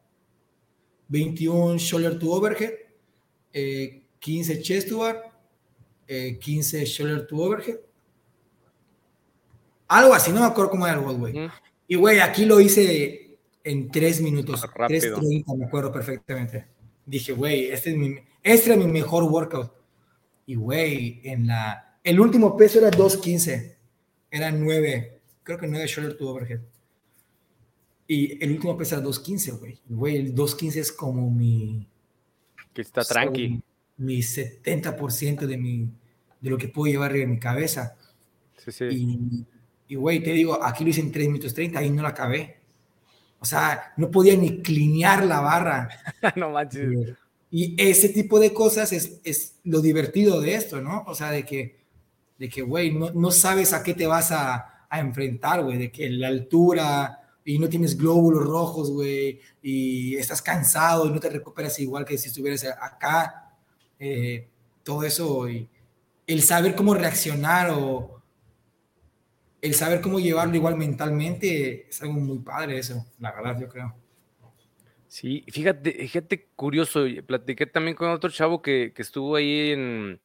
veintiún shoulder to overhead, eh, quince chest to bar, eh, quince shoulder to overhead. Algo así, no me acuerdo cómo era el WOD, güey. Ujú. Y, güey, aquí lo hice en tres minutos, tres Rápido. treinta, me acuerdo perfectamente. Dije, güey, este, es mi, este era mi mejor workout. Y, güey, en la... El último peso era dos quince. Era nueve. Creo que nueve shoulder to overhead. Y el último peso era dos quince, güey. Y, güey, el dos quince es como mi... Que está tranqui. Son mi setenta por ciento de, mi, de lo que puedo llevar en mi cabeza. Sí, sí. Y, y, güey, te digo, aquí lo hice en tres minutos treinta, ahí no la acabé. O sea, no podía ni clinear la barra. No manches. Eh, Y ese tipo de cosas es, es lo divertido de esto, ¿no? O sea, de que, de que, güey, no, no sabes a qué te vas a, a enfrentar, güey, de que la altura y no tienes glóbulos rojos, güey, y estás cansado y no te recuperas igual que si estuvieras acá, eh, todo eso, y el saber cómo reaccionar o el saber cómo llevarlo igual mentalmente es algo muy padre eso, la verdad, yo creo. Sí, fíjate, fíjate curioso, y platiqué también con otro chavo que, que estuvo ahí en,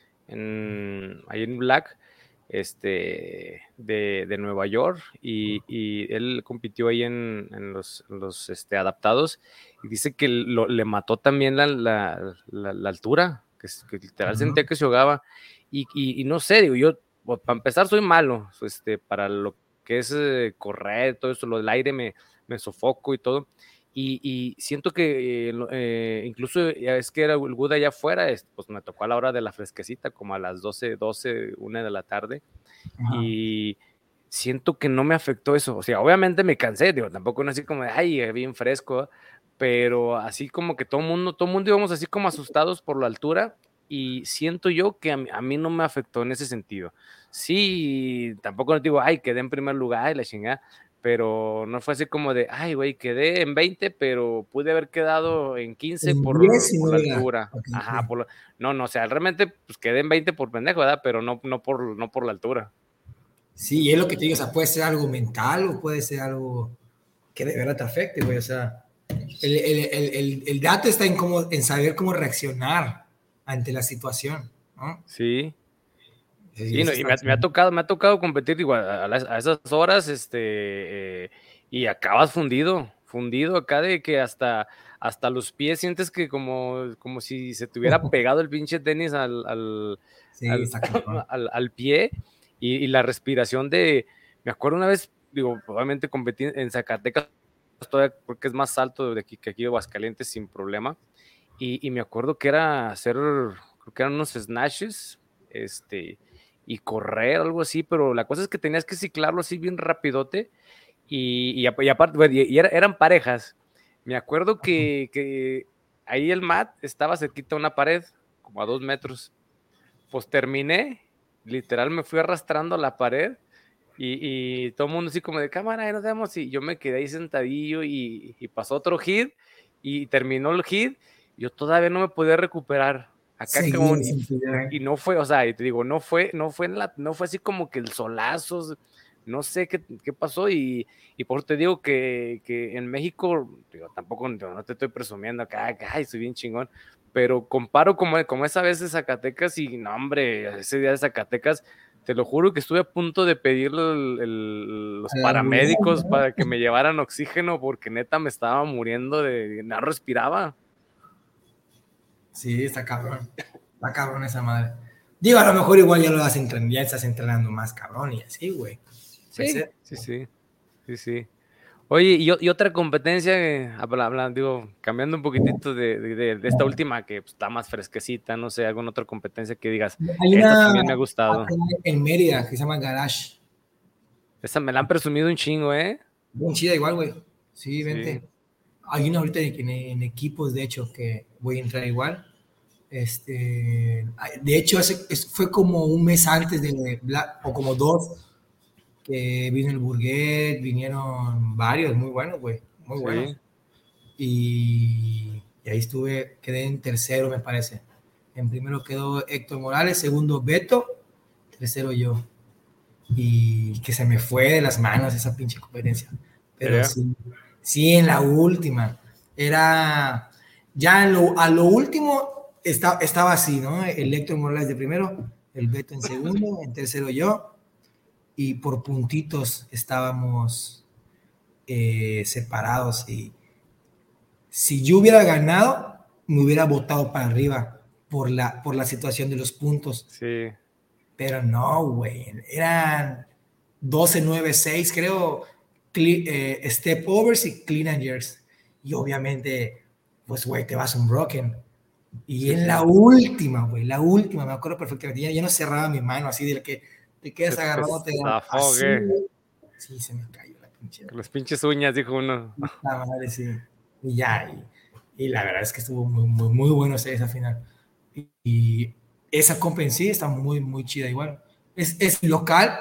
en, ahí en Black, este, de, de Nueva York, y, y él compitió ahí en, en los, en los este, adaptados, y dice que lo- le mató también la, la, la- la altura, que, es- que literal Ajá. sentía que se ahogaba, y, y, y no sé, digo, yo, bueno, para empezar soy malo, este, para lo que es eh, correr, todo eso, lo del aire me, me sofoco y todo, y, y siento que eh, eh, incluso ya es que era el Buda allá afuera, es, pues me tocó a la hora de la fresquecita, como a las doce, doce, una de la tarde, Ajá. y siento que no me afectó eso. O sea, obviamente me cansé, digo, tampoco no así como de, ay, bien fresco, pero así como que todo el mundo, todo el mundo íbamos así como asustados por la altura, y siento yo que a mí, a mí no me afectó en ese sentido. Sí, tampoco no digo, ay, quedé en primer lugar y la chingada, pero no fue así como de, ay, güey, quedé en veinte, pero pude haber quedado en quince En por, diez y por no la hubiera. altura. Ok, Ajá, sí. por la- no, no, o sea, realmente pues quedé en veinte por pendejo, ¿verdad? Pero no, no por, no por la altura. Sí, es lo que te digo, o sea, puede ser algo mental o puede ser algo que de verdad te afecte, güey. O sea, el, el, el, el, el dato está en, cómo, en saber cómo reaccionar ante la situación, ¿no? Sí, Sí, sí, eso no, y está me ha, me ha chido. tocado, me ha tocado competir igual a, las- a esas horas, este, eh, y acabas fundido, fundido acá de que hasta, hasta los pies sientes que como, como si se te hubiera pegado el pinche tenis al, al, Sí, al, está cabrón. al, al pie, y, y la respiración de, me acuerdo una vez, digo, obviamente competí en Zacatecas, todavía porque es más alto de aquí que aquí de Aguascalientes sin problema, y, y me acuerdo que era hacer, creo que eran unos snatches, este, y correr o algo así, pero la cosa es que tenías que ciclarlo así bien rapidote y, y, y aparte, bueno, y, y era, eran parejas. Me acuerdo que, que ahí el mat estaba cerquita a una pared, como a dos metros. Pues terminé, literal me fui arrastrando a la pared y, y todo el mundo así como de cámara, ahí nos vemos, y yo me quedé ahí sentadillo y, y pasó otro hit y terminó el hit, yo todavía no me podía recuperar acá, cabrón, Seguido y, sin y poder. no fue, o sea, y te digo, no fue, no fue en la, no fue así como que el solazo, no sé qué, qué pasó, y, y por eso te digo que, que en México, digo, tampoco no te estoy presumiendo acá, que, ay, soy bien chingón, pero comparo como, como esa vez de Zacatecas y no, hombre, ese día de Zacatecas, te lo juro que estuve a punto de pedirle el, el, los A la ambulancia, paramédicos ¿no? para que me llevaran oxígeno porque neta me estaba muriendo de, no respiraba. Sí, está cabrón. Está cabrón esa madre. Digo, a lo mejor igual ya lo vas entrenando, ya estás entrenando más cabrón y así, güey. Puede Sí, ser. sí, sí, sí, sí. Oye, y, y otra competencia, eh, habla- habla- digo, cambiando un poquitito de, de- de- de esta última que pues, está más fresquecita, no sé, alguna otra competencia que digas, Hay esta una también me ha gustado. en Mérida que se llama Garage. Esta me la han presumido un chingo, ¿eh? Bien chida igual, güey. Sí, Sí, vente. Hay una ahorita en, en equipos, de hecho, que voy a entrar igual. Este, de hecho, hace, es- fue como un mes antes de Black, o como dos, que vino el Burguet, vinieron varios muy buenos, güey, muy sí. buenos. Y, y ahí estuve, quedé en tercero, me parece. En primero quedó Héctor Morales, segundo Beto, tercero yo. Y que se me fue de las manos esa pinche competencia. Pero ¿Serio? sí, sí, en la última. Era, ya en lo, a lo último está, estaba así, ¿no? El Héctor Morales de primero, el Beto en segundo, en tercero yo, y por puntitos estábamos eh, separados. Y si yo hubiera ganado, me hubiera votado para arriba por la, por la situación de los puntos. Sí. Pero no, güey. Eran doce nueve seis creo, eh, step overs y clean and jerks. Y obviamente, pues, güey, te vas un broken. Y Sí, en sí. la última, güey, la última, me acuerdo perfectamente. Ya, ya no cerraba mi mano así de que te quedas Se te agarrado, te así, zafogue. güey. Sí, se me cayó la pinche. Con las pinches uñas, dijo uno. La madre, sí. Y ya, y, y la verdad es que estuvo muy, muy, muy bueno esa final. Y, y esa compa en sí está muy, muy chida igual. Es, es local,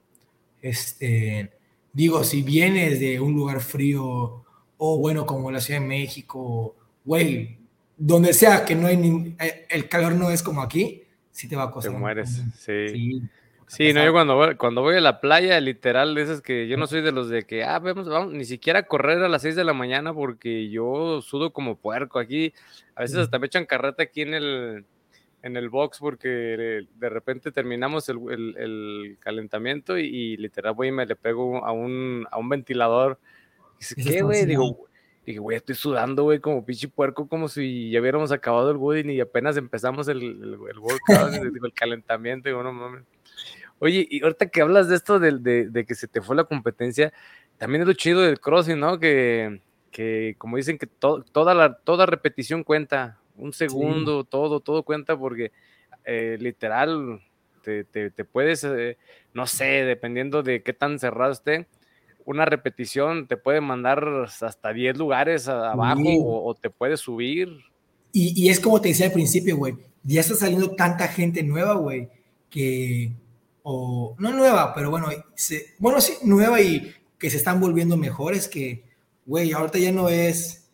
este, digo, si vienes de un lugar frío o bueno, como la Ciudad de México, güey, donde sea que no hay, ni, el calor no es como aquí, sí te va a Te costar un mueres, montón. sí. Sí, porque acá Sí, no, yo está. cuando voy, cuando voy a la playa, literal, de esas que yo no soy de los de que, ah, vamos, vamos, ni siquiera a correr a las seis de la mañana porque yo sudo como puerco aquí. A veces hasta me echan carreta aquí en el, en el box porque de, de repente terminamos el, el- el calentamiento y, y literal voy y me le pego a un, a un ventilador. Dice, Eso ¿qué, está güey? sudado. Digo, dije, güey, estoy sudando, güey, como pinche puerco, como si ya hubiéramos acabado el Wooding y apenas empezamos el, el, el workout, digo, el calentamiento, digo, no mames. Oye, y ahorita que hablas de esto de, de, de que se te fue la competencia, también es lo chido del crossfit, ¿no? Que, que como dicen que to, toda, la, toda repetición cuenta, un Sí. segundo, todo, todo cuenta porque eh, literal te, te, te puedes, eh, no sé, dependiendo de qué tan cerrado esté, una repetición te puede mandar hasta diez lugares a- abajo Sí. o, o te puede subir. Y, y es como te decía al principio, güey, ya está saliendo tanta gente nueva, güey, que, o no nueva, pero bueno, se, bueno, sí, nueva y que se están volviendo mejores, que, güey, ahorita ya no es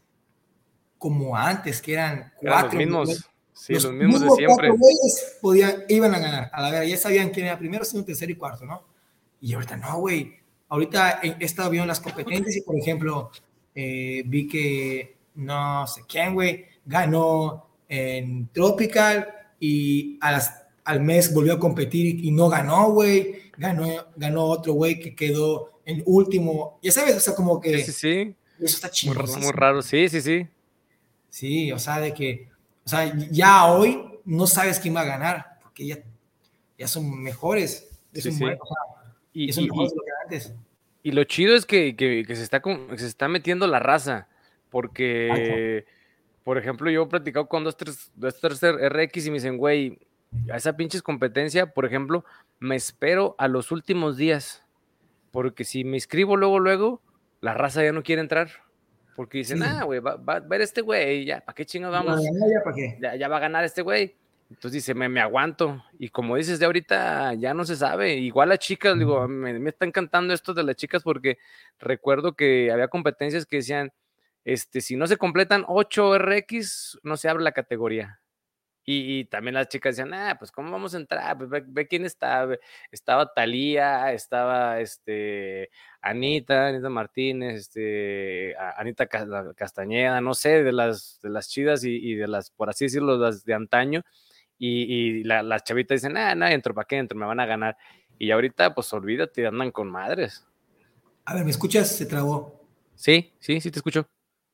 como antes, que eran Eran los cuatro, güey. mismos, sí, los Los mismos de mismos cuatro siempre. güeyes podían, iban a ganar, a la verdad, ya sabían quién era primero, segundo, tercero y cuarto, ¿no? Y ahorita no, güey. Ahorita he estado viendo las competencias y, por ejemplo, eh, vi que no sé quién, güey, ganó en Tropical y a las, al mes volvió a competir y, y no ganó, güey. Ganó, ganó otro güey que quedó en último. Ya sabes, o sea, como Sí, sí, que sí, eso está muy, muy chingosísimo. raro, sí, sí, sí. Sí, o sea, de que, o sea, ya hoy no sabes quién va a ganar, porque ya, ya son mejores, ya Sí, son buenos, sí. o sea, Y, ya son y, mejores y, de lo que era antes. y lo chido es que, que, que se está con- que se está metiendo la raza, Exacto. porque, por ejemplo, yo he platicado con dos, tres, dos, tres R X y me dicen, güey, a esa pinches competencia, por ejemplo, me espero a los últimos días, porque si me inscribo luego, luego, la raza ya no quiere entrar, porque dicen, Sí. ah, güey, va, va a ver este güey, ya, ¿para qué chingados Ya, vamos? ya, ya, ¿para qué? Ya, ya va a ganar este güey. Entonces dice, me, me aguanto. Y como dices, de ahorita ya no se sabe. Igual las chicas, digo, me, me está encantando esto de las chicas porque recuerdo que había competencias que decían, este, si no se completan ocho R X, no se abre la categoría. Y, y también las chicas decían, ah, pues ¿cómo vamos a entrar? Pues ve, ve quién está. Ve. Estaba Talía, estaba este, Anita, Anita Martínez, este, Anita Castañeda, no sé, de las, de las chidas y, y de las, por así decirlo, las de antaño. Y, y la, las chavitas dicen, ah, no, entro, ¿para qué entro? Me van a ganar. Y ahorita, pues olvídate, andan con madres. A ver, ¿me escuchas? Se trabó. Sí, sí, sí te escucho.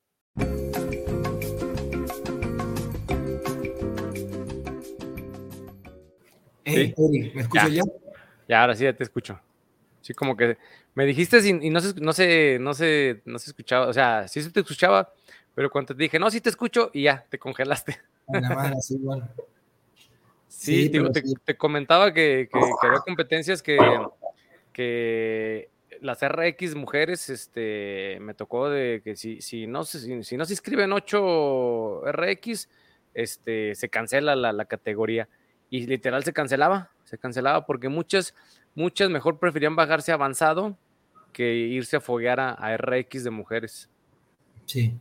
Hey, Sí, Eri, ¿me escuchas ya, ya? ya, ahora sí ya te escucho. Sí, como que me dijiste y, y no, se, no, se, no, se, no se escuchaba, o sea, sí se te escuchaba, pero cuando te dije, no, sí te escucho, y ya, te congelaste. A la madre, sí, igual. Sí, Sí, te, digo, pero te, sí. te comentaba que, que, que había competencias que, que las R X mujeres, este, me tocó de que si, si, no, se, si, si no se inscriben ocho R X, este, se cancela la, la categoría. Y literal se cancelaba, se cancelaba porque muchas, muchas mejor preferían bajarse avanzado que irse a foguear a, a R X de mujeres. Sí.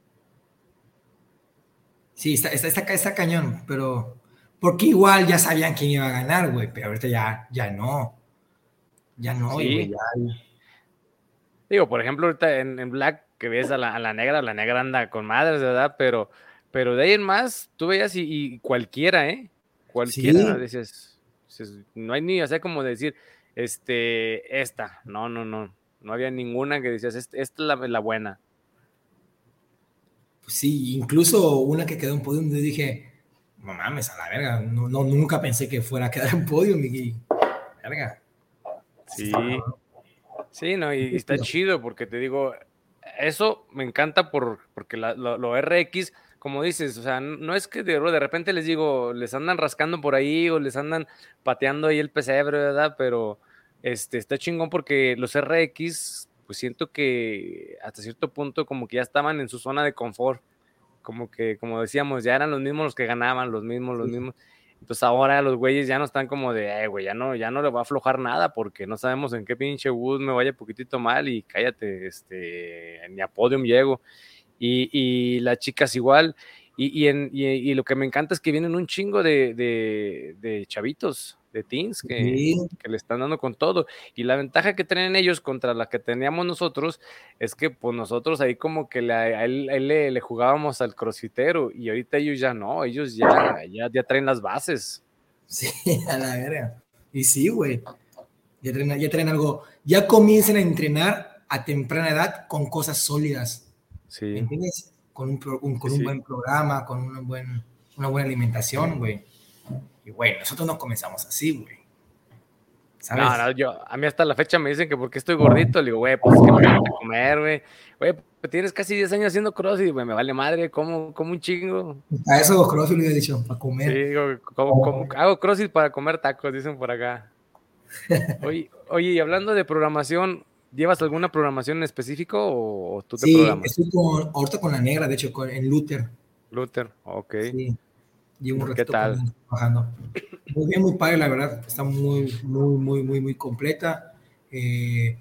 Sí, está, está, está, está cañón, pero porque igual ya sabían quién iba a ganar, güey, pero ahorita ya, ya no, ya no, y güey, Sí, ya. digo, por ejemplo, ahorita en, en Black que ves a la, a la negra, la negra anda con madres, ¿verdad? Pero, pero de ahí en más, tú veías y, y cualquiera, ¿eh? Cualquiera, Sí, dices, dices, no hay ni, o sea, como decir, este, esta, no, no, no, no había ninguna que decías, esta, esta es la, la buena. pues sí, incluso una que quedó en podio, yo dije, no mames, a la verga, no, no, nunca pensé que fuera a quedar en podio, Miguel. Verga. Sí, está Sí, cabrón. sí, no, y, y está chido porque te digo, eso me encanta por, porque la, lo, lo R X, como dices, o sea, no es que de, de repente les digo, les andan rascando por ahí o les andan pateando ahí el pesebre, ¿verdad? Pero este, está chingón porque los R X, pues siento que hasta cierto punto como que ya estaban en su zona de confort, como que, como decíamos, ya eran los mismos los que ganaban, los mismos, los Sí, mismos. Entonces ahora los güeyes ya no están como de, eh, güey, ya no, ya no le va a aflojar nada porque no sabemos en qué pinche bus me vaya poquitito mal y cállate, este, ni a podium llego. Y, y las chicas igual. Y, y, en, y, y, lo que me encanta es que vienen un chingo de, de, de chavitos, de teens, que, sí, que le están dando con todo. Y la ventaja que tienen ellos contra la que teníamos nosotros es que pues nosotros ahí como que le, a él, a él le, le, jugábamos al crossfitero y ahorita ellos ya no, ellos ya, ya, ya traen las bases. sí, a la verga. Y sí, güey, ya traen, ya traen algo, ya comiencen a entrenar a temprana edad con cosas sólidas, ¿me Sí, entiendes? Con un, pro, un, sí, con un sí. buen programa, con una, buen, una buena alimentación, güey. Y, güey, nosotros no comenzamos así, güey, No, ¿sabes? no, yo, a mí hasta la fecha me dicen que porque estoy gordito, le digo, güey, pues es que me falta comer, güey. Güey, pues tienes casi diez años haciendo crossfit, güey, me vale madre, como, como un chingo. A eso los CrossFit le he dicho, para Sí, comer. digo, como, como, hago crossfit para comer tacos, dicen por acá. Oye, oye, y hablando de programación, ¿llevas alguna programación en específico o, o tú te Sí, programas? estoy con, ahorita con la negra, de hecho, con, en Luther. Luther, ok. Sí, llevo un ¿Qué ratito con tal? él trabajando. Muy bien, muy padre, la verdad. Está muy, muy, muy, muy, muy completa. Eh,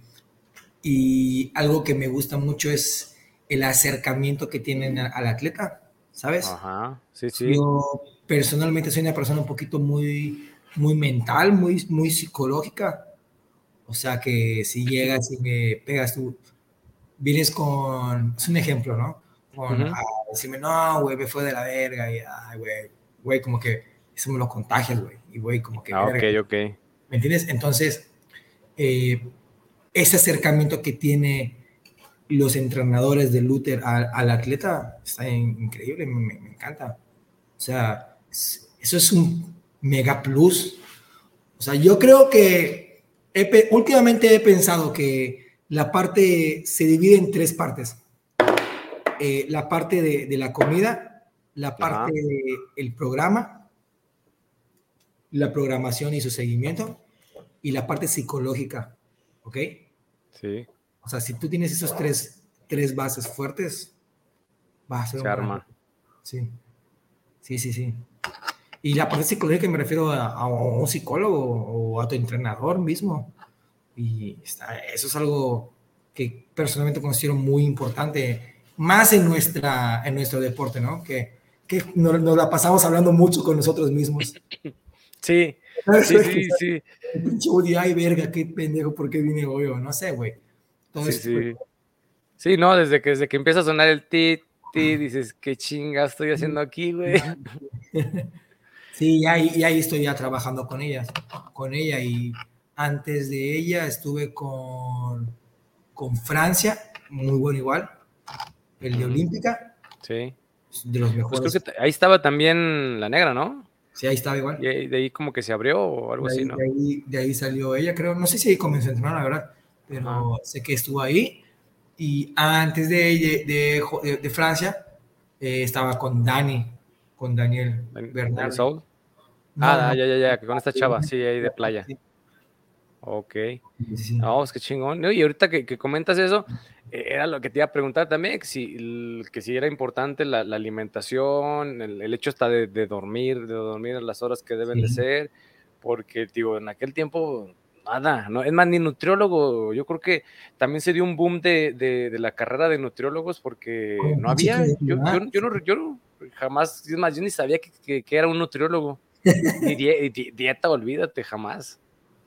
y algo que me gusta mucho es el acercamiento que tienen a- al atleta, ¿sabes? Ajá, sí, sí, Yo personalmente soy una persona un poquito muy, muy mental, muy, muy psicológica. O sea que si llegas y me pegas tú, vienes con, es un ejemplo, ¿no? Con a ujú. decirme, no, güey, me fue de la verga, y, ay, güey, güey, como que eso me lo contagias, güey, y güey, como que Ah, ok, verga, ok. ¿me entiendes? Entonces, eh, ese acercamiento que tiene los entrenadores de Luther al, al atleta está in, increíble, me, me, me encanta. O sea, eso es un mega plus. O sea, yo creo que he, últimamente he pensado que la parte se divide en tres partes. Eh, la parte de, de, la comida, la parte Ajá, del programa la programación y su seguimiento, y la parte psicológica, ¿ok? Sí. O sea, si tú tienes esos tres, tres bases fuertes, vas a ser Se un gran... arma. Sí, sí, sí, sí. Y la parte psicológica me refiero a, a un psicólogo o a tu entrenador mismo. Y está, eso es algo que personalmente considero muy importante, más en, nuestra, en nuestro deporte, ¿no? Que, que nos, nos la pasamos hablando mucho con nosotros mismos. Sí, sí, sí, sí. Pinche Woody, ay, verga, qué pendejo, ¿por qué vine hoy? O no sé, güey. Todo Sí, ese tipo de sí. Sí, no, desde que, desde que empieza a sonar el ti, ti, dices, ¿qué chinga estoy haciendo aquí, güey? Sí, ya, y ahí estoy ya trabajando con ella, con ella, y antes de ella estuve con, con Francia, muy bueno igual, el de Ujú. Olímpica, Sí. de los Pues creo mejores. que t- ahí estaba también la negra, ¿no? Sí, ahí estaba igual. Y ahí- de ahí como que se abrió o algo De así, ahí, de ¿no? ahí, de ahí salió ella, creo. No sé si ahí comenzó a entrenar, la verdad, Ajá. pero sé que estuvo ahí. Y antes de, de, de, de Francia, eh, estaba con Dani, con Daniel Dan- Danny Bernardi. Soul. No, Ah, no, ah, no. ya, ya, ya, que con esta chava, sí, ahí de playa. Sí, Ok. sí, sí. No, es que chingón. No, y ahorita que, que comentas eso, eh, era lo que te iba a preguntar también, que si, el- que si era importante la, la alimentación, el, el hecho hasta de, de dormir, de dormir a las horas que deben de Sí. ser, porque, digo, en aquel tiempo, nada, ¿no? Es más, ni nutriólogo, yo creo que también se dio un boom de, de, de la carrera de nutriólogos porque Con no pinche había, yo, yo, credibilidad. yo, no, yo no, jamás, es más, yo ni sabía que, que, que era un nutriólogo, ni die- di- dieta, olvídate, jamás.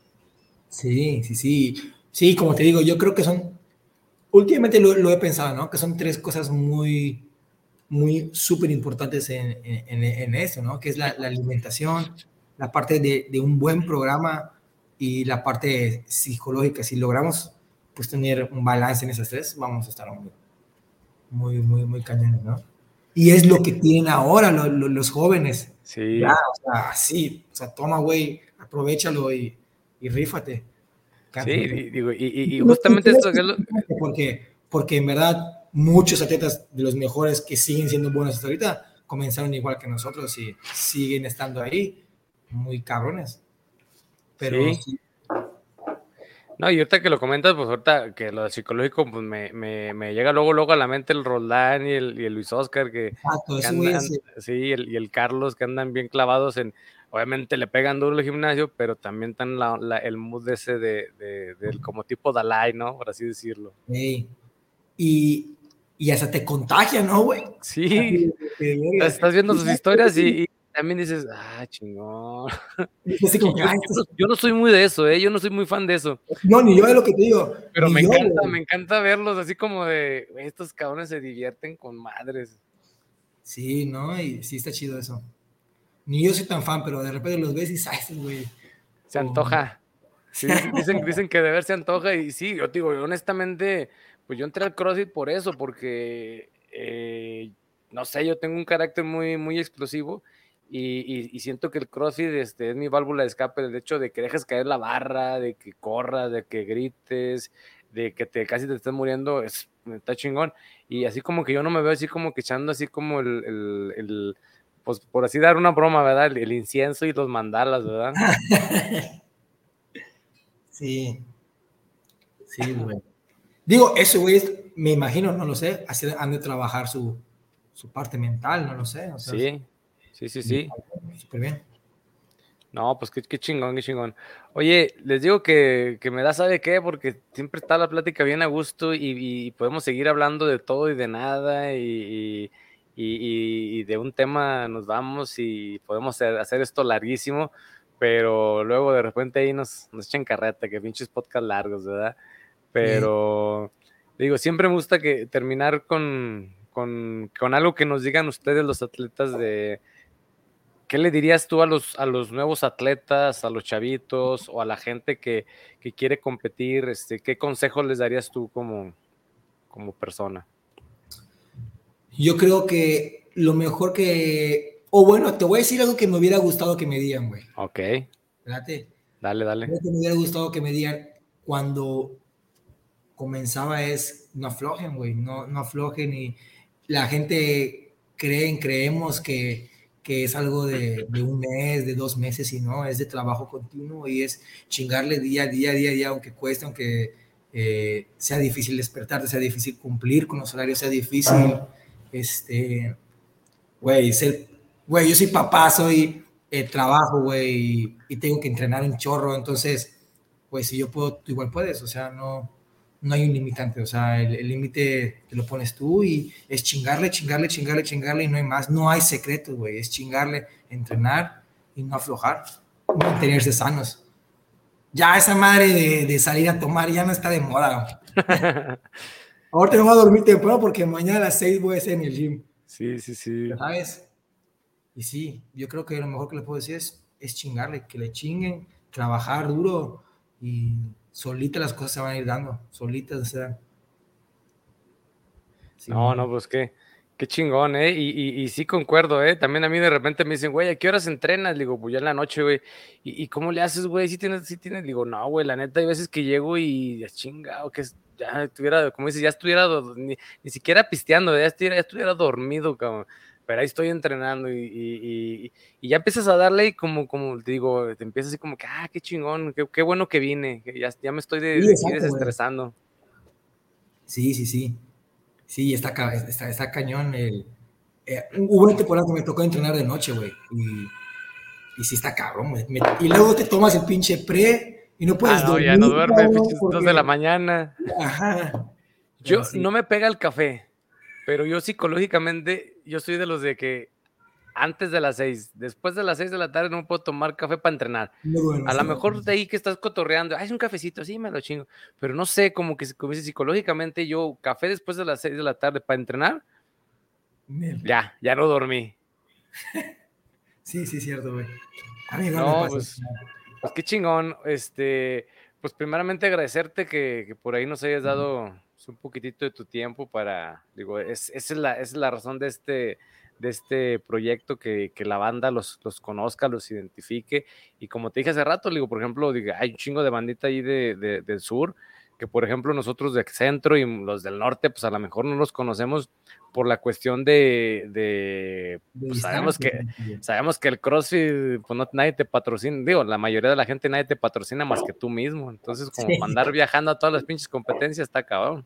Sí, sí, sí. Sí, como te digo, yo creo que son, últimamente lo, lo he pensado, ¿no? Que son tres cosas muy, muy súper importantes en, en, en eso, ¿no? Que es la, la alimentación, la parte de, de, un buen programa y la parte psicológica. Si logramos pues tener un balance en esas tres, vamos a estar muy, muy, muy, muy cañones, ¿no? Y es lo que tienen ahora lo, lo, los jóvenes. Ya, Sí. o sea, sí, o sea, toma, güey, aprovechalo y, y rífate. Sí, Cántate. y, digo, y, y- y Y justamente creo esto que que es es lo- importante porque, porque en verdad muchos atletas de los mejores que siguen siendo buenos hasta ahorita comenzaron igual que nosotros y siguen estando ahí muy cabrones. Pero sí, sí, no, y ahorita que lo comentas, pues ahorita que lo psicológico, pues me, me, me llega luego, luego a la mente el Roldán y el, y el Luis Oscar, que, exacto, que ese güey es, andan, sí, y el, y el Carlos, que andan bien clavados en, obviamente le pegan duro el gimnasio, pero también están la, la- el mood ese de, de, del como tipo Dalai, ¿no? Por así decirlo. hey, y, y hasta te contagia, ¿no, güey? Así Sí, de, de estás, verga. estás viendo Y sus sabes, historias y, y también dices, ah, chingón. es así Que como que, yo, ah, yo esto no, es- yo no soy muy de eso, ¿eh? Yo no soy muy fan de eso. no, ni yo de lo que te digo, Pero ni me yo, encanta, güey. me encanta verlos así como de, "Güey, estos cabrones se divierten con madres. Sí, ¿no? Y sí está chido eso. Ni yo soy tan fan, pero de repente los ves y sabes, güey. Se O- antoja. Sí, dicen, dicen, dicen que de ver se antoja y sí, yo te digo, honestamente, pues yo entré al CrossFit por eso, porque, eh, no sé, yo tengo un carácter muy, muy explosivo y, y- y siento que el CrossFit este, es mi válvula de escape, el hecho de que dejes caer la barra, de que corras, de que grites, de que te casi te estés muriendo, es, está chingón. Y así como que yo no me veo así como que echando así como el, el- el, pues por así dar una broma, ¿verdad? El, el incienso y los mandalas, ¿verdad? Sí, sí, güey. Digo, eso, güey, es- me imagino, no lo sé, así han de trabajar su, su parte mental, no lo sé, o sea, Sí, sí, sí, y sí. súper bien. No, pues qué, qué chingón, qué chingón. Oye, les digo que, que me da sabe qué, porque siempre está la plática bien a gusto y, y podemos seguir hablando de todo y de nada y, y, y- y de un tema nos vamos y podemos hacer, hacer esto larguísimo, pero luego de repente ahí nos, nos echan carreta, que pinches podcast largos, ¿verdad? Sí. Pero digo, siempre me gusta que terminar con, con, con algo que nos digan ustedes los atletas de ¿qué le dirías tú a los, a los nuevos atletas, a los chavitos o a la gente que, que quiere competir? Este, ¿qué consejos les darías tú como, como persona? Yo creo que lo mejor que, o bueno, te voy a decir algo que me hubiera gustado que me digan, güey. Ok, Espérate. dale, dale. Algo que me hubiera gustado que me digan cuando comenzaba es, no aflojen, güey, no, no aflojen y la gente creen, creemos que, que es algo de, de un mes, de dos meses, y no, es de trabajo continuo y es chingarle día a día, día a día, aunque cueste, aunque eh, sea difícil despertarte, sea difícil cumplir con los horarios, sea difícil, este, güey, ser, güey, yo soy papá, soy eh, trabajo, güey, y, y tengo que entrenar un chorro, entonces, pues si yo puedo, tú igual puedes, o sea, no, no hay un limitante, o sea, el límite te lo pones tú y es chingarle, chingarle, chingarle, chingarle y no hay más, no hay secretos, güey, es chingarle, entrenar y no aflojar, mantenerse sanos. Ya esa madre de, de salir a tomar ya no está de moda. Ahorita no voy a dormir temprano porque mañana a las seis voy a estar en el gym. Sí, sí, sí. ¿Sabes? Y sí, yo creo que lo mejor que le puedo decir es, es chingarle, que le chinguen, trabajar duro y solitas las cosas se van a ir dando, solitas se dan. Sí, no, no, pues qué, qué chingón, ¿eh? Y, y, y sí concuerdo, ¿eh? También a mí de repente me dicen, güey, ¿a qué horas entrenas? Le digo, pues ya en la noche, güey. ¿Y, y cómo le haces, güey? ¿Sí tienes, sí tienes? Le digo, no, güey, la neta, hay veces que llego y ya chingado, que ya estuviera, como dices, ya estuviera, ni, ni siquiera pisteando, ya estuviera, ya estuviera dormido, cabrón. Pero ahí estoy entrenando y, y, y, y ya empiezas a darle y como, como te digo, te empiezas así como que, ah, qué chingón, qué, qué bueno que vine, que ya, ya me estoy de, Sí, de aquí exacto, desestresando. Sí, sí, sí. Sí, está, está, está cañón. El, eh, hubo una temporada que me tocó entrenar de noche, güey. Y, y sí está cabrón, güey. Y luego te tomas el pinche pre y no Ah, puedes no, ya no dormir, duerme, cabrón, pinches dos de la porque... mañana. Ajá. Pero Yo sí. no me pega el café, pero yo psicológicamente, yo soy de los de que antes de las seis, después de las seis de la tarde no puedo tomar café para entrenar. No A duermes, lo no. mejor de ahí que estás cotorreando, ah, es un cafecito, sí, me lo chingo. Pero no sé, como que como dice, psicológicamente yo, café después de las seis de la tarde para entrenar, ya, ya no dormí. Sí, sí, cierto, güey. A mí igual me No, pasa. pues, pues qué chingón. Este, pues primeramente agradecerte que, que por ahí nos hayas dado pues, un poquitito de tu tiempo para, digo, es, esa es la, esa es la razón de este, de este proyecto, que, que la banda los, los conozca, los identifique. Y como te dije hace rato, digo, por ejemplo, digo, hay un chingo de bandita ahí de, de, del sur, que por ejemplo nosotros de centro y los del norte, pues a lo mejor no los conocemos por la cuestión de, de De pues sabemos distancia. que sabemos que el CrossFit, pues no, nadie te patrocina, digo, la mayoría de la gente nadie te patrocina más que tú mismo, entonces como Sí. para andar viajando a todas las pinches competencias está cabrón.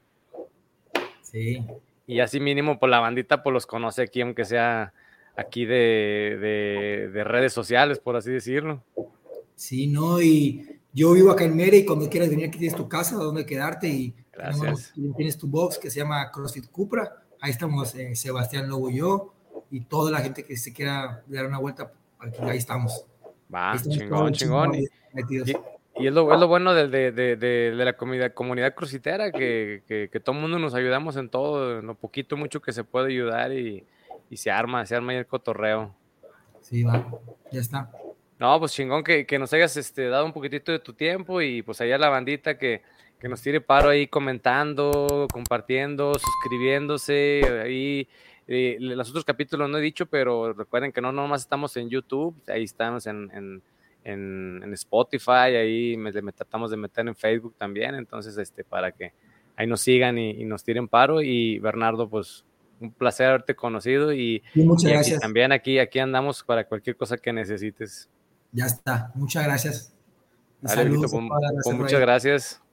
Sí. Y así mínimo, pues la bandita pues los conoce aquí, aunque sea aquí de, de, de redes sociales, por así decirlo. Sí, no, y yo vivo acá en Mérida y cuando quieras venir aquí tienes tu casa donde quedarte y tenemos, Gracias. tienes tu box que se llama CrossFit Cupra. Ahí estamos eh, Sebastián Lobo y yo y toda la gente que se quiera dar una vuelta, aquí, ahí estamos. Ahí Va, estamos todos chingón, los chingón. Y, chingones metidos. y, y es, lo, es lo bueno de, de, de, de, de la comunidad, comunidad crossfitera, que, que, que todo el mundo nos ayudamos en todo, en lo poquito, mucho que se puede ayudar y, y se arma, se arma ahí el cotorreo. Sí, va, ya está. No, pues chingón que, que nos hayas este, dado un poquitito de tu tiempo y pues allá la bandita que, que nos tire paro ahí comentando, compartiendo, suscribiéndose. Ahí eh, los otros capítulos no he dicho, pero recuerden que no nomás estamos en YouTube, ahí estamos en, en, en, en Spotify, ahí me, me tratamos de meter en Facebook también, entonces este, para que ahí nos sigan y, y nos tiren paro. Y Bernardo, pues un placer haberte conocido y, Y muchas y aquí gracias. también, aquí, aquí andamos para cualquier cosa que necesites. Ya está. Muchas gracias. Y Dale, viejito, saludos a pues, toda la pues raza por muchas ahí. gracias.